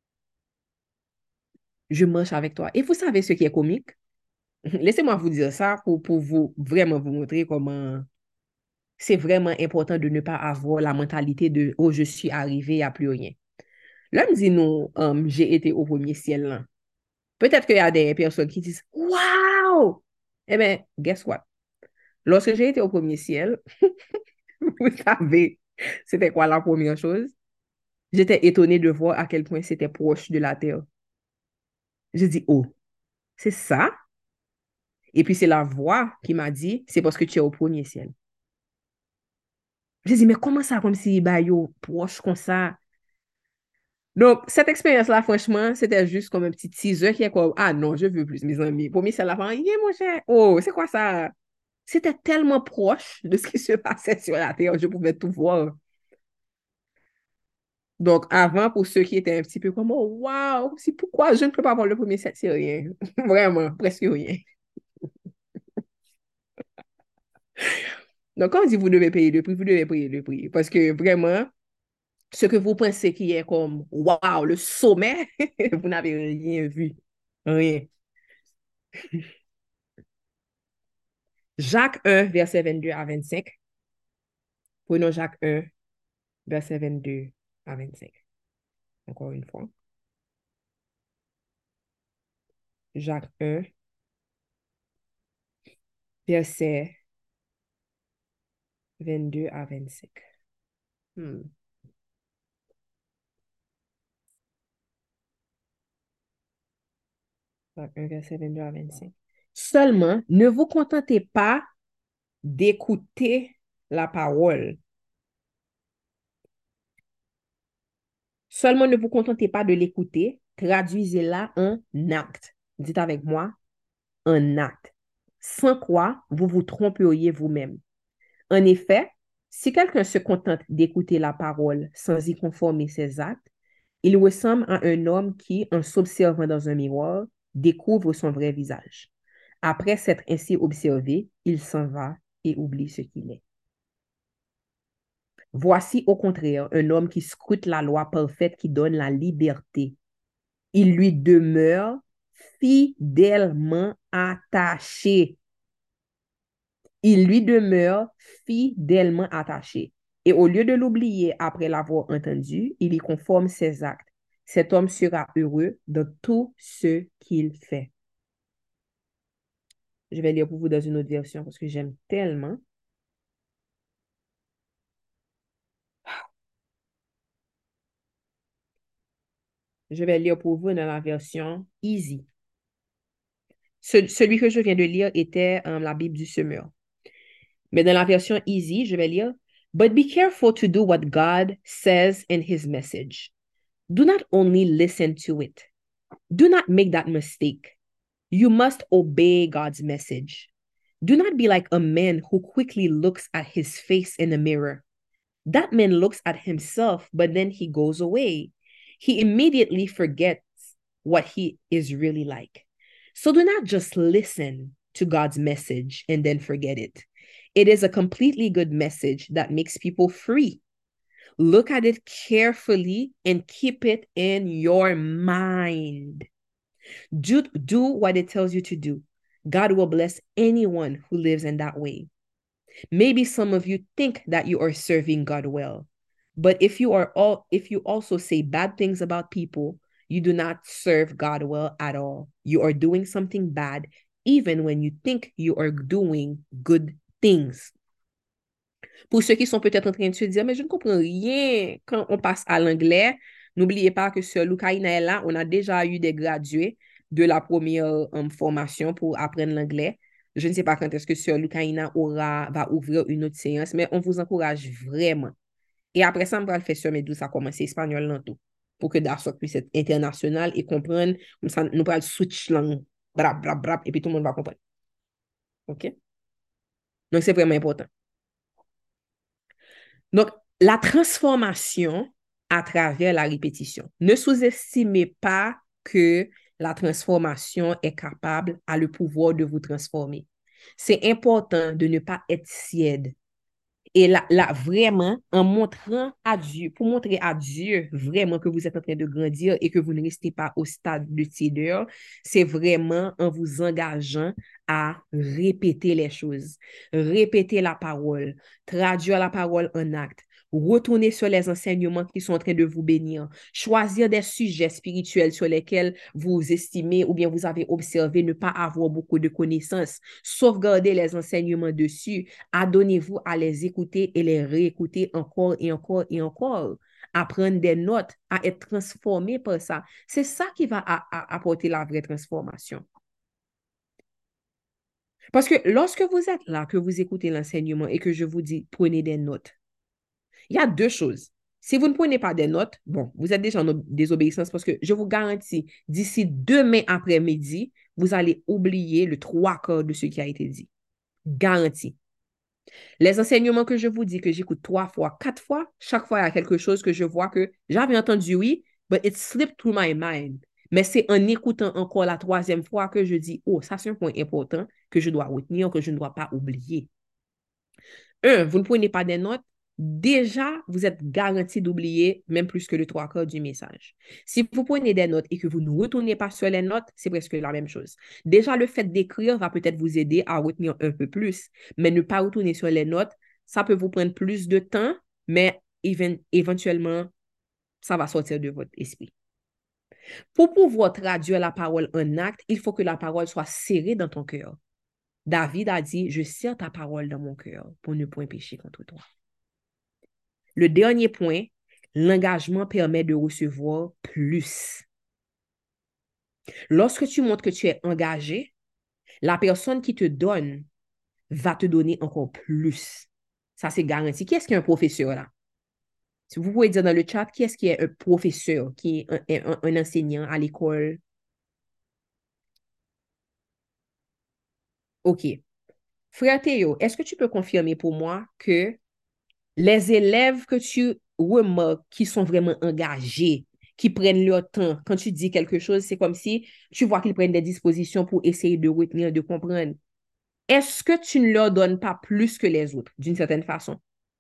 Je marche avec toi. Et vous savez ce qui est comique? Laissez-moi vous dire ça pour vous vraiment vous montrer comment c'est vraiment important de ne pas avoir la mentalité de oh, je suis arrivé, il n'y a plus rien. Là, me dit non, j'ai été au premier ciel là. Peut-être qu'il y a des personnes qui disent Waouh! Eh bien, guess what? Lorsque j'ai été au premier ciel, vous savez, c'était quoi la première chose? J'étais étonnée de voir à quel point c'était proche de la terre. J'ai dit, oh, c'est ça? Et puis c'est la voix qui m'a dit, c'est parce que tu es au premier ciel. J'ai dit, mais comment ça, comme si bah, yo, proche comme ça? Donc, cette expérience-là, franchement, c'était juste comme un petit teaser qui est comme, ah non, je veux plus, mes amis. Pour moi, c'est la fin, yeah, mon cher, oh, c'est quoi ça? C'était tellement proche de ce qui se passait sur la Terre, je pouvais tout voir. Donc, avant, pour ceux qui étaient un petit peu comme, oh, waouh, c'est pourquoi je ne peux pas avoir le premier set, c'est rien. Vraiment, presque rien. Donc, quand on dit vous devez payer le prix, vous devez payer le prix. Parce que vraiment, ce que vous pensez qui est comme, waouh, le sommet, vous n'avez rien vu. Rien. Jacques 1, verset 22 à 25. Prenons Jacques 1, verset 22 à 25. Encore une fois. Jacques 1, verset 22 à 25. Hmm. Jacques 1, verset 22 à 25. Seulement, ne vous contentez pas d'écouter la parole. Seulement, ne vous contentez pas de l'écouter, traduisez-la en acte. Dites avec moi, un acte. Sans quoi vous vous tromperiez vous-même. En effet, si quelqu'un se contente d'écouter la parole sans y conformer ses actes, il ressemble à un homme qui, en s'observant dans un miroir, découvre son vrai visage. Après s'être ainsi observé, il s'en va et oublie ce qu'il est. Voici au contraire un homme qui scrute la loi parfaite qui donne la liberté. Il lui demeure fidèlement attaché. Il lui demeure fidèlement attaché. Et au lieu de l'oublier après l'avoir entendu, il y conforme ses actes. Cet homme sera heureux dans tout ce qu'il fait. Je vais lire pour vous dans une autre version parce que j'aime tellement. Je vais lire pour vous dans la version Easy. Celui que je viens de lire était la Bible du semeur. Mais dans la version Easy, je vais lire But be careful to do what God says in his message. Do not only listen to it. Do not make that mistake. You must obey God's message. Do not be like a man who quickly looks at his face in the mirror. That man looks at himself, but then he goes away. He immediately forgets what he is really like. So do not just listen to God's message and then forget it. It is a completely good message that makes people free. Look at it carefully and keep it in your mind. Do what it tells you to do. God will bless anyone who lives in that way. Maybe some of you think that you are serving God well, but if you also say bad things about people, you do not serve God well at all. You are doing something bad even when you think you are doing good things. Pour ceux qui sont peut-être en train de se dire, mais je ne comprends rien quand on passe à l'anglais, n'oubliez pas que sur Lucaina est là, on a déjà eu des gradués de la première formation pour apprendre l'anglais. Je ne sais pas quand est-ce que Sœur Lucaina va ouvrir une autre séance, mais on vous encourage vraiment. Et après ça, on va le faire sur Medouce à commencer espagnol dans tout, pour que Darso puisse être international et comprendre, comme ça, nous pourrons switch langue, brap, brap, brap, et puis tout le monde va comprendre. OK? Donc, c'est vraiment important. Donc, la transformation à travers la répétition. Ne sous-estimez pas que la transformation est capable, a le pouvoir de vous transformer. C'est important de ne pas être tiède Et là, vraiment, en montrant à Dieu, pour montrer à Dieu vraiment que vous êtes en train de grandir et que vous ne restez pas au stade de tiédeur, c'est vraiment en vous engageant à répéter les choses, répéter la parole, traduire la parole en acte, retourner sur les enseignements qui sont en train de vous bénir, choisir des sujets spirituels sur lesquels vous estimez ou bien vous avez observé ne pas avoir beaucoup de connaissances, sauvegarder les enseignements dessus, adonnez-vous à les écouter et les réécouter encore et encore et encore, à prendre des notes, à être transformé par ça. C'est ça qui va apporter la vraie transformation. Parce que lorsque vous êtes là, que vous écoutez l'enseignement et que je vous dis, prenez des notes, il y a deux choses. Si vous ne prenez pas des notes, bon, vous êtes déjà en désobéissance parce que je vous garantis, d'ici demain après-midi, vous allez oublier le trois quarts de ce qui a été dit. Garanti. Les enseignements que je vous dis, que j'écoute 3 fois, 4 fois, chaque fois, il y a quelque chose que je vois que j'avais entendu, oui, but it slipped through my mind. Mais c'est en écoutant encore la troisième fois que je dis, oh, ça c'est un point important que je dois retenir, que je ne dois pas oublier. Vous ne prenez pas des notes, déjà, vous êtes garanti d'oublier même plus que le trois quarts du message. Si vous prenez des notes et que vous ne retournez pas sur les notes, c'est presque la même chose. Déjà, le fait d'écrire va peut-être vous aider à retenir un peu plus, mais ne pas retourner sur les notes, ça peut vous prendre plus de temps, mais éventuellement, ça va sortir de votre esprit. Pour pouvoir traduire la parole en acte, il faut que la parole soit serrée dans ton cœur. David a dit, je serre ta parole dans mon cœur pour ne point pécher contre toi. Le dernier point, l'engagement permet de recevoir plus. Lorsque tu montres que tu es engagé, la personne qui te donne va te donner encore plus. Ça, c'est garanti. Qui est-ce qui est un professeur là? Si vous pouvez dire dans le chat, qui est-ce qui est un professeur, qui est un enseignant à l'école? OK. Frère Théo, est-ce que tu peux confirmer pour moi que les élèves que tu remarques qui sont vraiment engagés, qui prennent leur temps, quand tu dis quelque chose, c'est comme si tu vois qu'ils prennent des dispositions pour essayer de retenir, de comprendre. Est-ce que tu ne leur donnes pas plus que les autres, d'une certaine façon?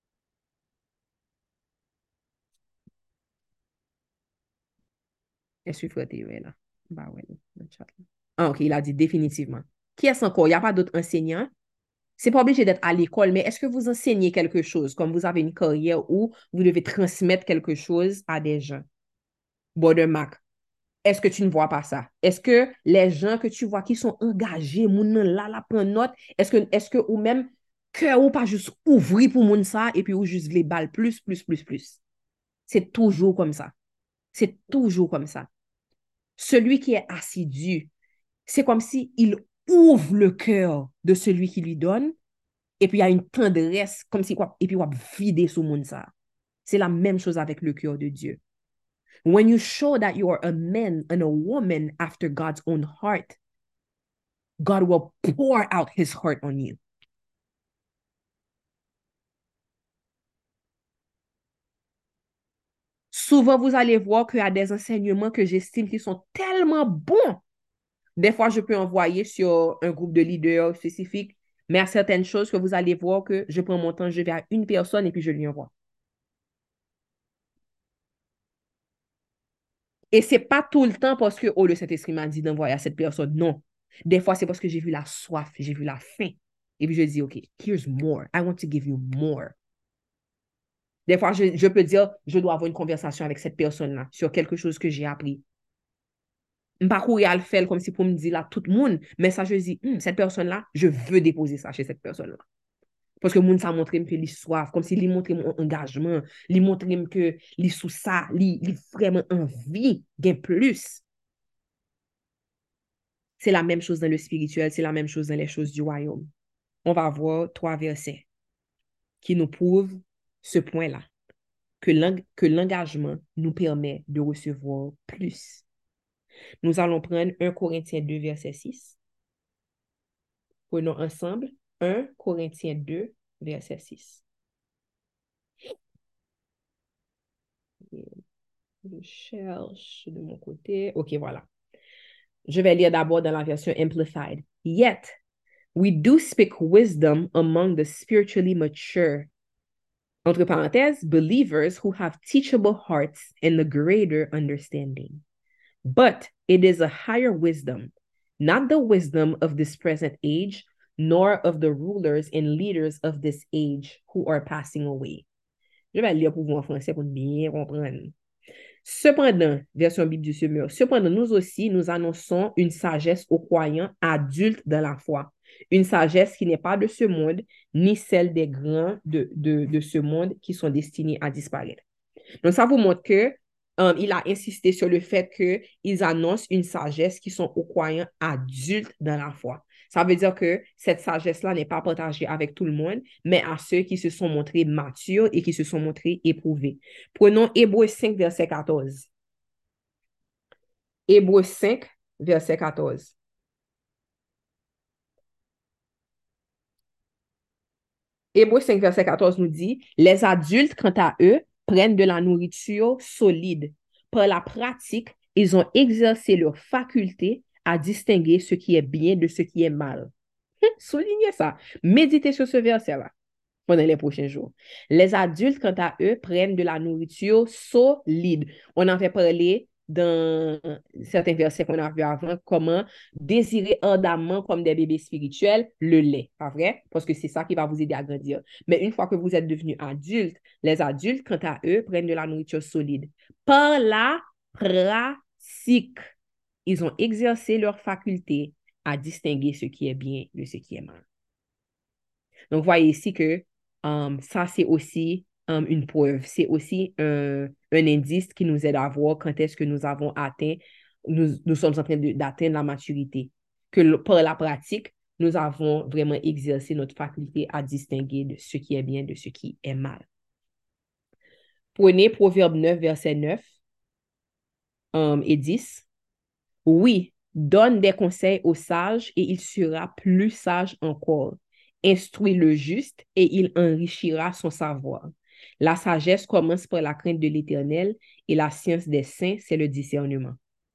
Est-ce que Frère Théo est là? Bah ouais, dans le chat, là. Ah, OK, il a dit définitivement. Qui est-ce encore? Il n'y a pas d'autres enseignants? C'est pas obligé d'être à l'école, mais est-ce que vous enseignez quelque chose, comme vous avez une carrière où vous devez transmettre quelque chose à des gens? Border Mac. Est-ce que tu ne vois pas ça? Est-ce que les gens que tu vois qui sont engagés, moun nan là, la prend note, est-ce que ou même cœur ou pas juste ouvrir pour moun ça et puis ou juste les balles plus, plus, plus, plus. C'est toujours comme ça. C'est toujours comme ça. Celui qui est assidu, c'est comme si il ouvre le cœur de celui qui lui donne et puis il y a une tendresse comme si quoi, et puis on va vider sous moun ça. C'est la même chose avec le cœur de Dieu. When you show that you are a man and a woman after God's own heart, God will pour out his heart on you. Souvent, vous allez voir qu'il y a des enseignements que j'estime qui sont tellement bons. Des fois, je peux envoyer sur un groupe de leaders spécifiques, mais à certaines choses que vous allez voir que je prends mon temps, je vais à une personne et puis je lui envoie. Et c'est pas tout le temps parce que, oh, le Saint-Esprit m'a dit d'envoyer à cette personne. Non. Des fois, c'est parce que j'ai vu la soif, j'ai vu la faim. Et puis je dis, OK, here's more. I want to give you more. Des fois, je peux dire, je dois avoir une conversation avec cette personne-là sur quelque chose que j'ai appris. Je ne pas courir à le faire comme si pour me dire là tout le monde, mais ça, je dis, cette personne-là, je veux déposer ça chez cette personne-là. Parce que moun ça montre que li soif, comme si li montre mon engagement, li montre que li sous ça, li vraiment envie, gain plus. C'est la même chose dans le spirituel, c'est la même chose dans les choses du royaume. On va voir 3 versets qui nous prouvent ce point-là, que l'engagement nous permet de recevoir plus. Nous allons prendre 1 Corinthiens 2, verset 6. Prenons ensemble 1 Corinthiens 2, verset 6. Je cherche de mon côté. OK, voilà. Je vais lire d'abord dans la version Amplified. Yet, we do speak wisdom among the spiritually mature, entre parenthèses, believers who have teachable hearts and a greater understanding. But it is a higher wisdom, not the wisdom of this present age, nor of the rulers and leaders of this age who are passing away. Je vais lire pour vous en français pour bien comprendre. Cependant, version Bible du Semeur, cependant, nous aussi, nous annonçons une sagesse aux croyants adultes dans la foi. Une sagesse qui n'est pas de ce monde, ni celle des grands de ce monde qui sont destinés à disparaître. Donc, ça vous montre que il a insisté sur le fait qu'ils annoncent une sagesse qui sont aux croyants adultes dans la foi. Ça veut dire que cette sagesse-là n'est pas partagée avec tout le monde, mais à ceux qui se sont montrés matures et qui se sont montrés éprouvés. Prenons Hébreux 5, verset 14. Hébreux 5, verset 14. Hébreux 5, verset 14 nous dit, les adultes, quant à eux, prennent de la nourriture solide. Par la pratique, ils ont exercé leur faculté à distinguer ce qui est bien de ce qui est mal. Soulignez ça. Méditez sur ce verset-là pendant les prochains jours. Les adultes, quant à eux, prennent de la nourriture solide. On en fait parler dans certains versets qu'on a vu avant, comment désirer ardemment comme des bébés spirituels le lait, pas vrai? Parce que c'est ça qui va vous aider à grandir. Mais une fois que vous êtes devenus adultes, les adultes, quant à eux, prennent de la nourriture solide. Par la pratique, ils ont exercé leur faculté à distinguer ce qui est bien de ce qui est mal. Donc, vous voyez ici que ça, c'est aussi une preuve. C'est aussi un indice qui nous aide à voir quand est-ce que nous avons atteint, nous sommes en train d'atteindre la maturité. Que par la pratique, nous avons vraiment exercé notre faculté à distinguer de ce qui est bien de ce qui est mal. Prenez Proverbe 9, verset 9 et 10. Oui, donne des conseils aux sages et il sera plus sage encore. Instruit le juste et il enrichira son savoir. La sagesse commence par la crainte de l'Éternel et la science des saints, c'est le discernement.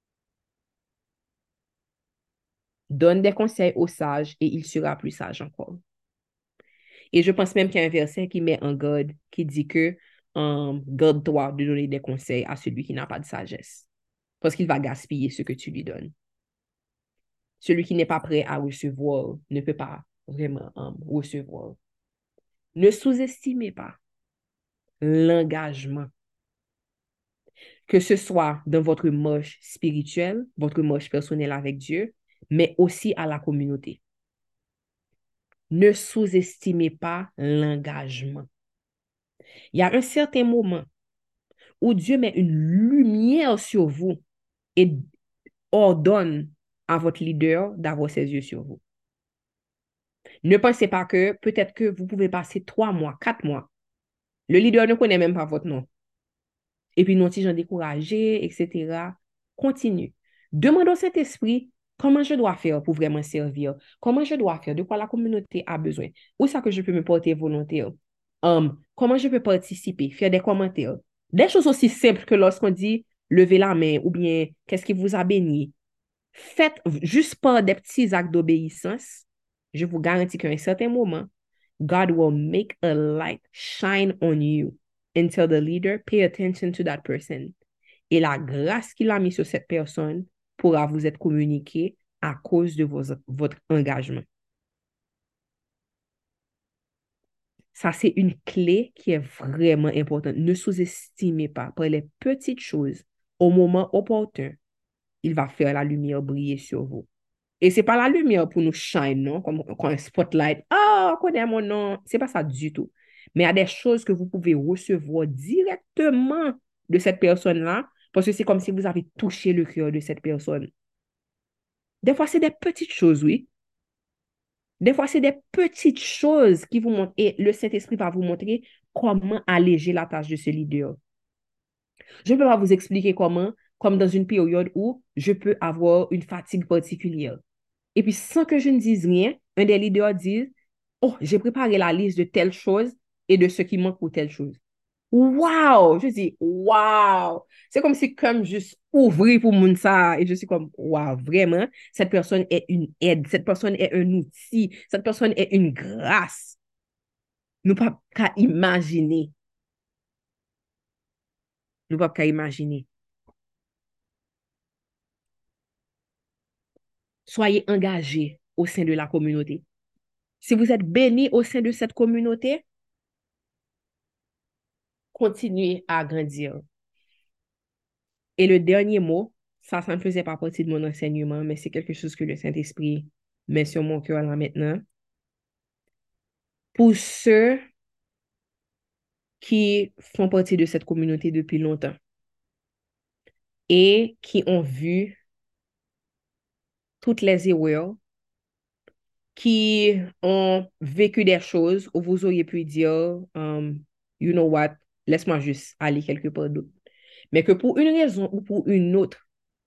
Donne des conseils aux sages et il sera plus sage encore. Et je pense même qu'il y a un verset qui met en garde, qui dit que garde-toi de donner des conseils à celui qui n'a pas de sagesse, parce qu'il va gaspiller ce que tu lui donnes. Celui qui n'est pas prêt à recevoir ne peut pas vraiment recevoir. Ne sous-estimez pas l'engagement, que ce soit dans votre marche spirituelle, votre marche personnelle avec Dieu, mais aussi à la communauté. Ne sous-estimez pas l'engagement. Il y a un certain moment où Dieu met une lumière sur vous et ordonne à votre leader d'avoir ses yeux sur vous. Ne pensez pas que peut-être que vous pouvez passer 3 mois, 4 mois. Le leader ne connaît même pas votre nom. Et puis, nous, si j'en découragé, etc. Continue. Demande au Saint-Esprit comment je dois faire pour vraiment servir. Comment je dois faire, de quoi la communauté a besoin. Où ça que je peux me porter volontaire. Comment je peux participer, faire des commentaires. Des choses aussi simples que lorsqu'on dit levez la main ou bien qu'est-ce qui vous a béni. Faites juste par des petits actes d'obéissance. Je vous garantis qu'à un certain moment, God will make a light shine on you and tell the leader, pay attention to that person. Et la grâce qu'il a mis sur cette personne pourra vous être communiquée à cause de votre engagement. Ça, c'est une clé qui est vraiment importante. Ne sous-estimez pas par les petites choses. Au moment opportun, il va faire la lumière briller sur vous. Et c'est pas la lumière pour nous shine, non? Comme un spotlight. Ah, on connaît mon nom. C'est pas ça du tout. Mais il y a des choses que vous pouvez recevoir directement de cette personne-là parce que c'est comme si vous avez touché le cœur de cette personne. Des fois, c'est des petites choses, oui. Des fois, c'est des petites choses qui vous montrent et le Saint-Esprit va vous montrer comment alléger la tâche de ce leader. Je ne peux pas vous expliquer comment, comme dans une période où je peux avoir une fatigue particulière. Et puis, sans que je ne dise rien, un des leaders dit, oh, j'ai préparé la liste de telle chose et de ce qui manque pour telle chose. Wow! Je dis, wow! C'est comme si comme juste ouvrir pour mon ça et je suis comme, wow, vraiment, cette personne est une aide, cette personne est un outil, cette personne est une grâce. Nous pas qu'à imaginer nous ne pouvons pas imaginer. Soyez engagés au sein de la communauté. Si vous êtes bénis au sein de cette communauté, continuez à grandir. Et le dernier mot, ça ne faisait pas partie de mon enseignement, mais c'est quelque chose que le Saint-Esprit met sur mon cœur là maintenant. Pour ceux qui font partie de cette communauté depuis longtemps et qui ont vu toutes les erreurs, qui ont vécu des choses où vous auriez pu dire, you know what, laisse-moi juste aller quelque part d'autre. Mais que pour une raison ou pour une autre,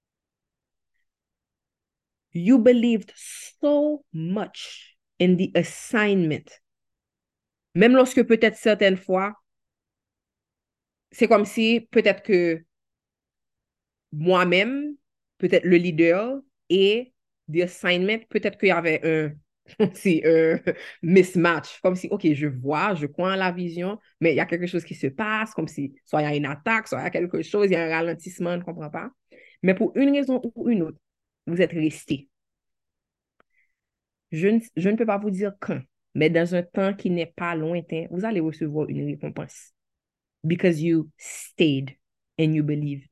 you believed so much in the assignment. Même lorsque peut-être certaines fois, c'est comme si peut-être que moi-même, peut-être le leader et the assignment, peut-être qu'il y avait un mismatch. Comme si, OK, je vois, je crois en la vision, mais il y a quelque chose qui se passe, comme si soit il y a une attaque, soit il y a quelque chose, il y a un ralentissement, je ne comprends pas. Mais pour une raison ou une autre, vous êtes resté. Je ne peux pas vous dire quand, mais dans un temps qui n'est pas lointain, vous allez recevoir une récompense. Because you stayed and you believed.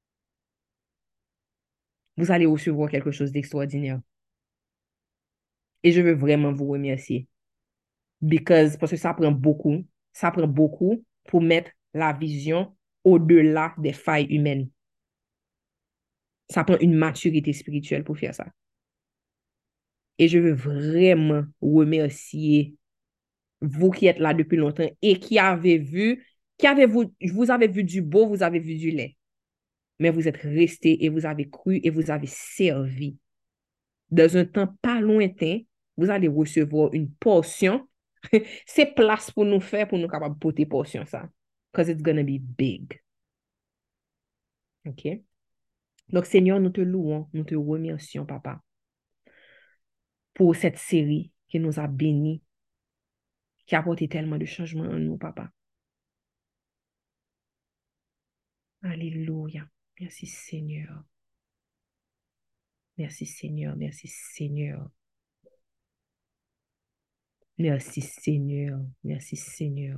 Vous allez recevoir quelque chose d'extraordinaire. Et je veux vraiment vous remercier. Parce que ça prend beaucoup pour mettre la vision au-delà des failles humaines. Ça prend une maturité spirituelle pour faire ça. Et je veux vraiment remercier vous qui êtes là depuis longtemps et qui avez vu, vous avez vu du beau, vous avez vu du laid. Mais vous êtes restés et vous avez cru et vous avez servi. Dans un temps pas lointain, vous allez recevoir une portion. C'est place pour nous faire, pour nous capables de porter portion ça. Because it's gonna be big. OK? Donc, Seigneur, nous te louons, nous te remercions, Papa, pour cette série qui nous a bénis, qui a apporté tellement de changements en nous, Papa. Alléluia. Merci, Seigneur. Merci, Seigneur. Merci, Seigneur. Merci, Seigneur. Merci, Seigneur.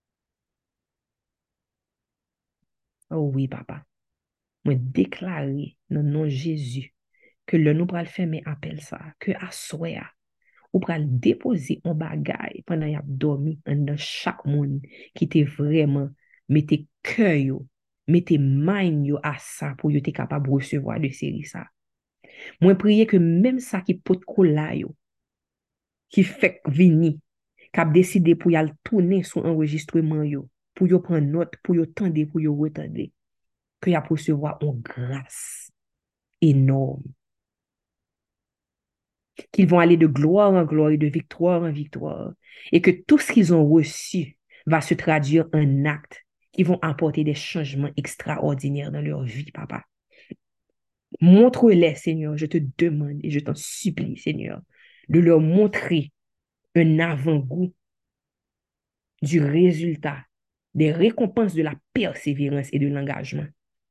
Oh oui, Papa. Moi, déclarer dans le nom de Jésus que le nous pral fermer appel ça, que à soya, ou pral déposer un bagay pendant y a dormi dans chaque monde qui te vraiment mette cœur yo, mette mind yo à ça pour yo te capable de recevoir de série ça. Moi prier que même ça qui pot kola yo, qui fait vini, qui a décidé pour y aller tourner son enregistrement yo, pour yo prendre note, pour yo tendre, pour yo retendre, que y a recevoir une grâce énorme. Qu'ils vont aller de gloire en gloire et de victoire en victoire. Et que tout ce qu'ils ont reçu va se traduire en actes qui vont apporter des changements extraordinaires dans leur vie, Papa. Montre-les, Seigneur, je te demande et je t'en supplie, Seigneur, de leur montrer un avant-goût du résultat, des récompenses de la persévérance et de l'engagement.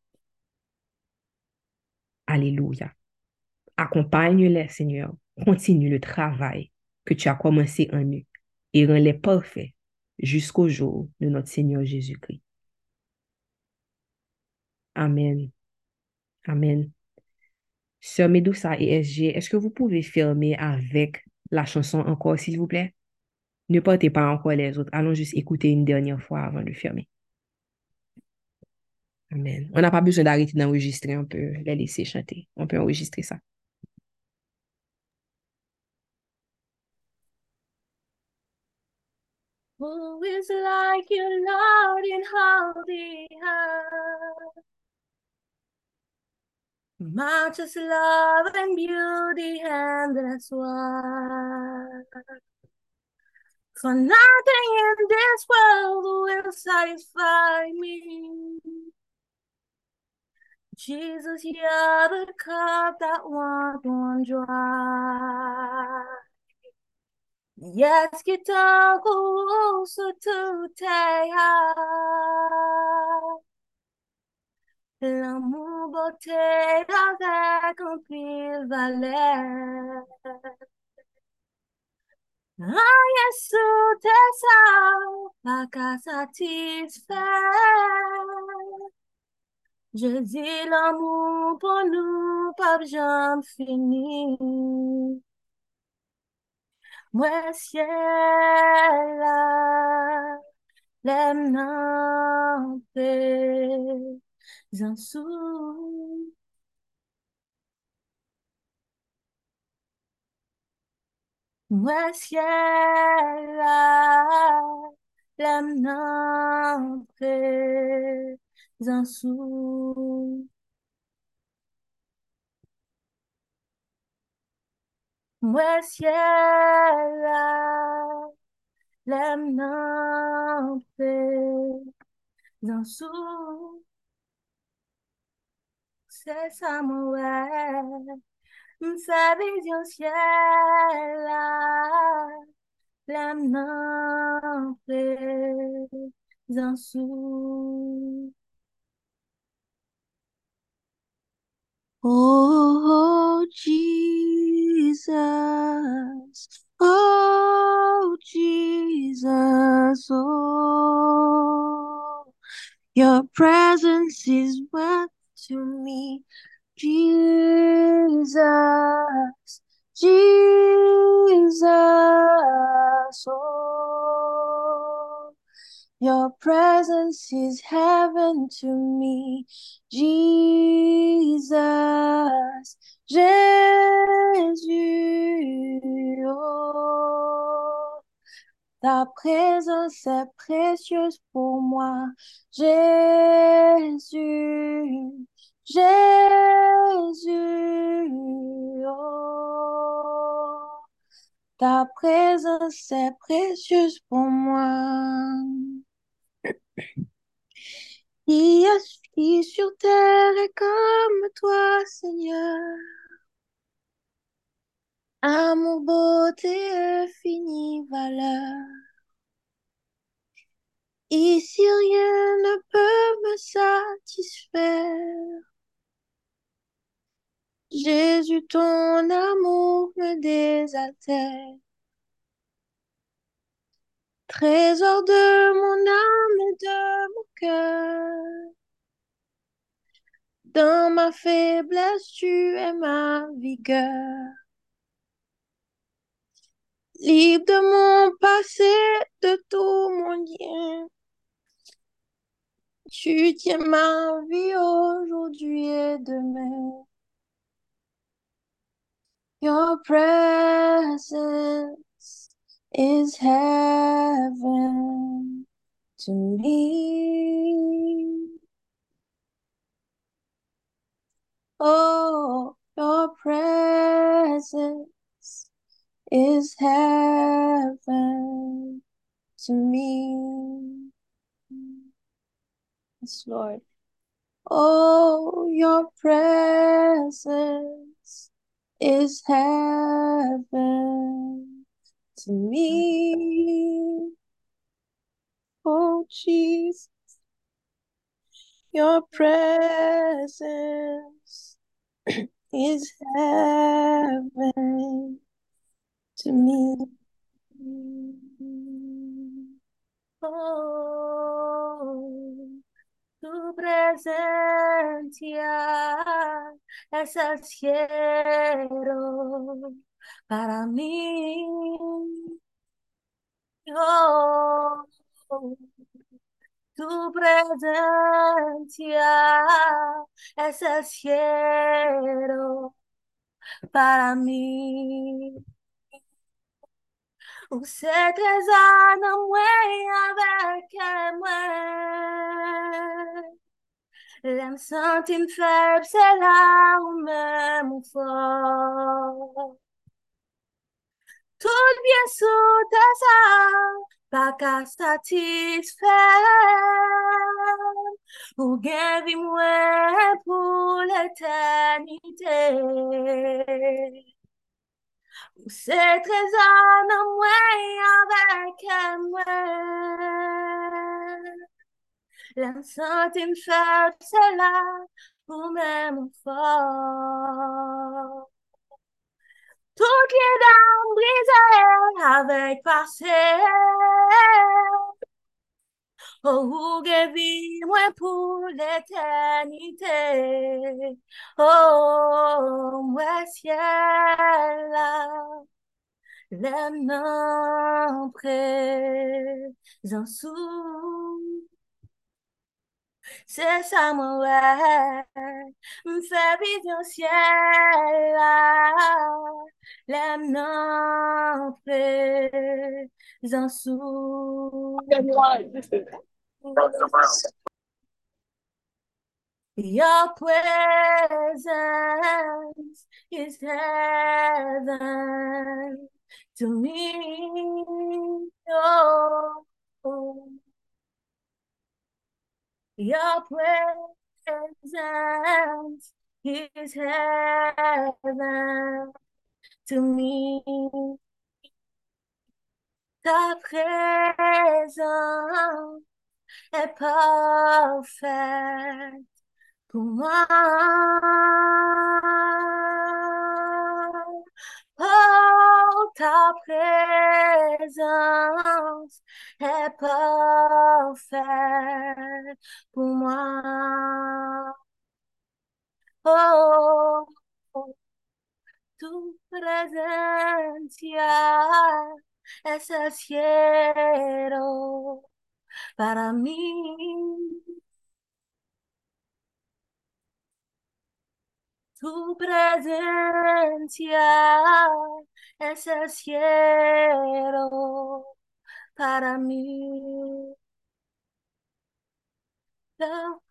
Alléluia. Accompagne-les, Seigneur. Continue le travail que tu as commencé en eux et rends-les parfaits jusqu'au jour de notre Seigneur Jésus-Christ. Amen. Amen. Sœur Médoussa et SG, est-ce que vous pouvez fermer avec la chanson encore, s'il vous plaît? Ne partez pas encore les autres. Allons juste écouter une dernière fois avant de fermer. Amen. On n'a pas besoin d'arrêter d'enregistrer, on peut les laisser chanter. On peut enregistrer ça. Who is like you, Lord, in all the earth? Matchless love and beauty, and that's why. For nothing in this world will satisfy me. Jesus, you're the cup that won't run dry. Yes, kitakuso to take L'amour beauté avec un pile valeur. Rien sous tes seins, pas qu'à satisfaire. Je dis l'amour pour nous, pas jamais fini. Moi, ciel, là, l'aime nan en sous. Moi, ciel, là, l'aime nan en sous. Moi, ciel, là, l'aime nan en sous. C'est ça, mon ouais. M'fait vision ciel, là, l'aime nan en sous. Oh, Jesus. Oh, Jesus. Oh, your presence is what to me. Jesus. Jesus. Oh, your presence is heaven to me, Jesus, Jésus. Oh, ta présence est précieuse pour moi, Jésus, Jésus. Oh, ta présence est précieuse pour moi. Qui sur terre est comme toi, Seigneur. Amour, beauté, infinie valeur. Ici, rien ne peut me satisfaire. Jésus, ton amour me désaltère. Trésor de mon âme et de mon cœur. Dans ma faiblesse, tu es ma vigueur. Libre de mon passé, de tout mon lien. Tu tiens ma vie aujourd'hui et demain. Your presence is heaven to me. Oh, your presence is heaven to me. Yes, Lord. Oh, your presence is heaven to me. Oh, Jesus, your presence is heaven to me. Oh, tu presencia es el cielo para mí. Oh, tu presencia es el cielo para mí. Ou c'est trésor dans moi avec moi. L'aime sentir faible, c'est là où même fort. Tout bien sous tes ailes, pas qu'à satisfaire. Ou gain vie moi pour l'éternité. C'est trésor dans moi avec moi. L'instant me fait cela pour même fort. Toutes les dames brisées avec passé. Oh, que vie, moi, pour l'éternité. Oh, moi, ciel, là, les noms présents sous. C'est ça, mon rêve, me fait vision ciel, là, les noms présents sous. Your presence is heaven to me. Oh, your presence is heaven to me. Ta présence est parfaite pour moi. Oh, ta présence est parfaite pour moi. Oh, tu presencia es el cielo para mí. Tu presencia es el cielo para mí. The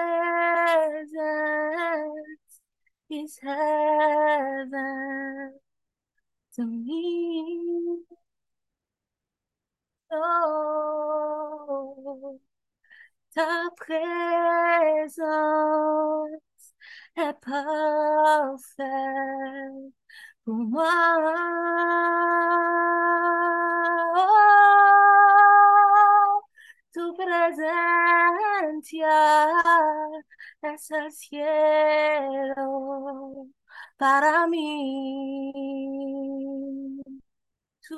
presence is heaven to me. Oh, ta présence est parfaite pour moi. Oh, tu presencia es el cielo para mí. Tu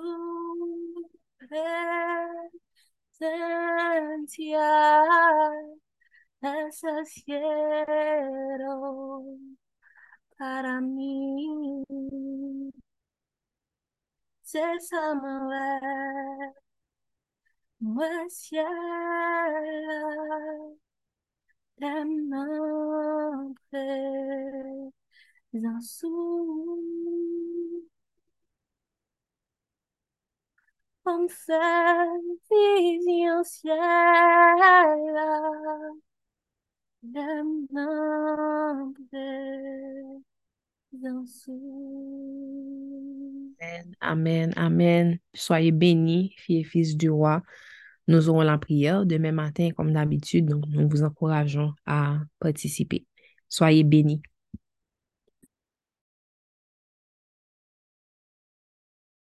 presencia es el cielo para mí. C'est ça mon rêve, moi ciel, tes mains présents sous. On fait vision ciel, tes mains présents sous. Amen, amen, amen. Soyez bénis, filles et fils du roi. Nous aurons la prière demain matin, comme d'habitude, donc nous vous encourageons à participer. Soyez bénis.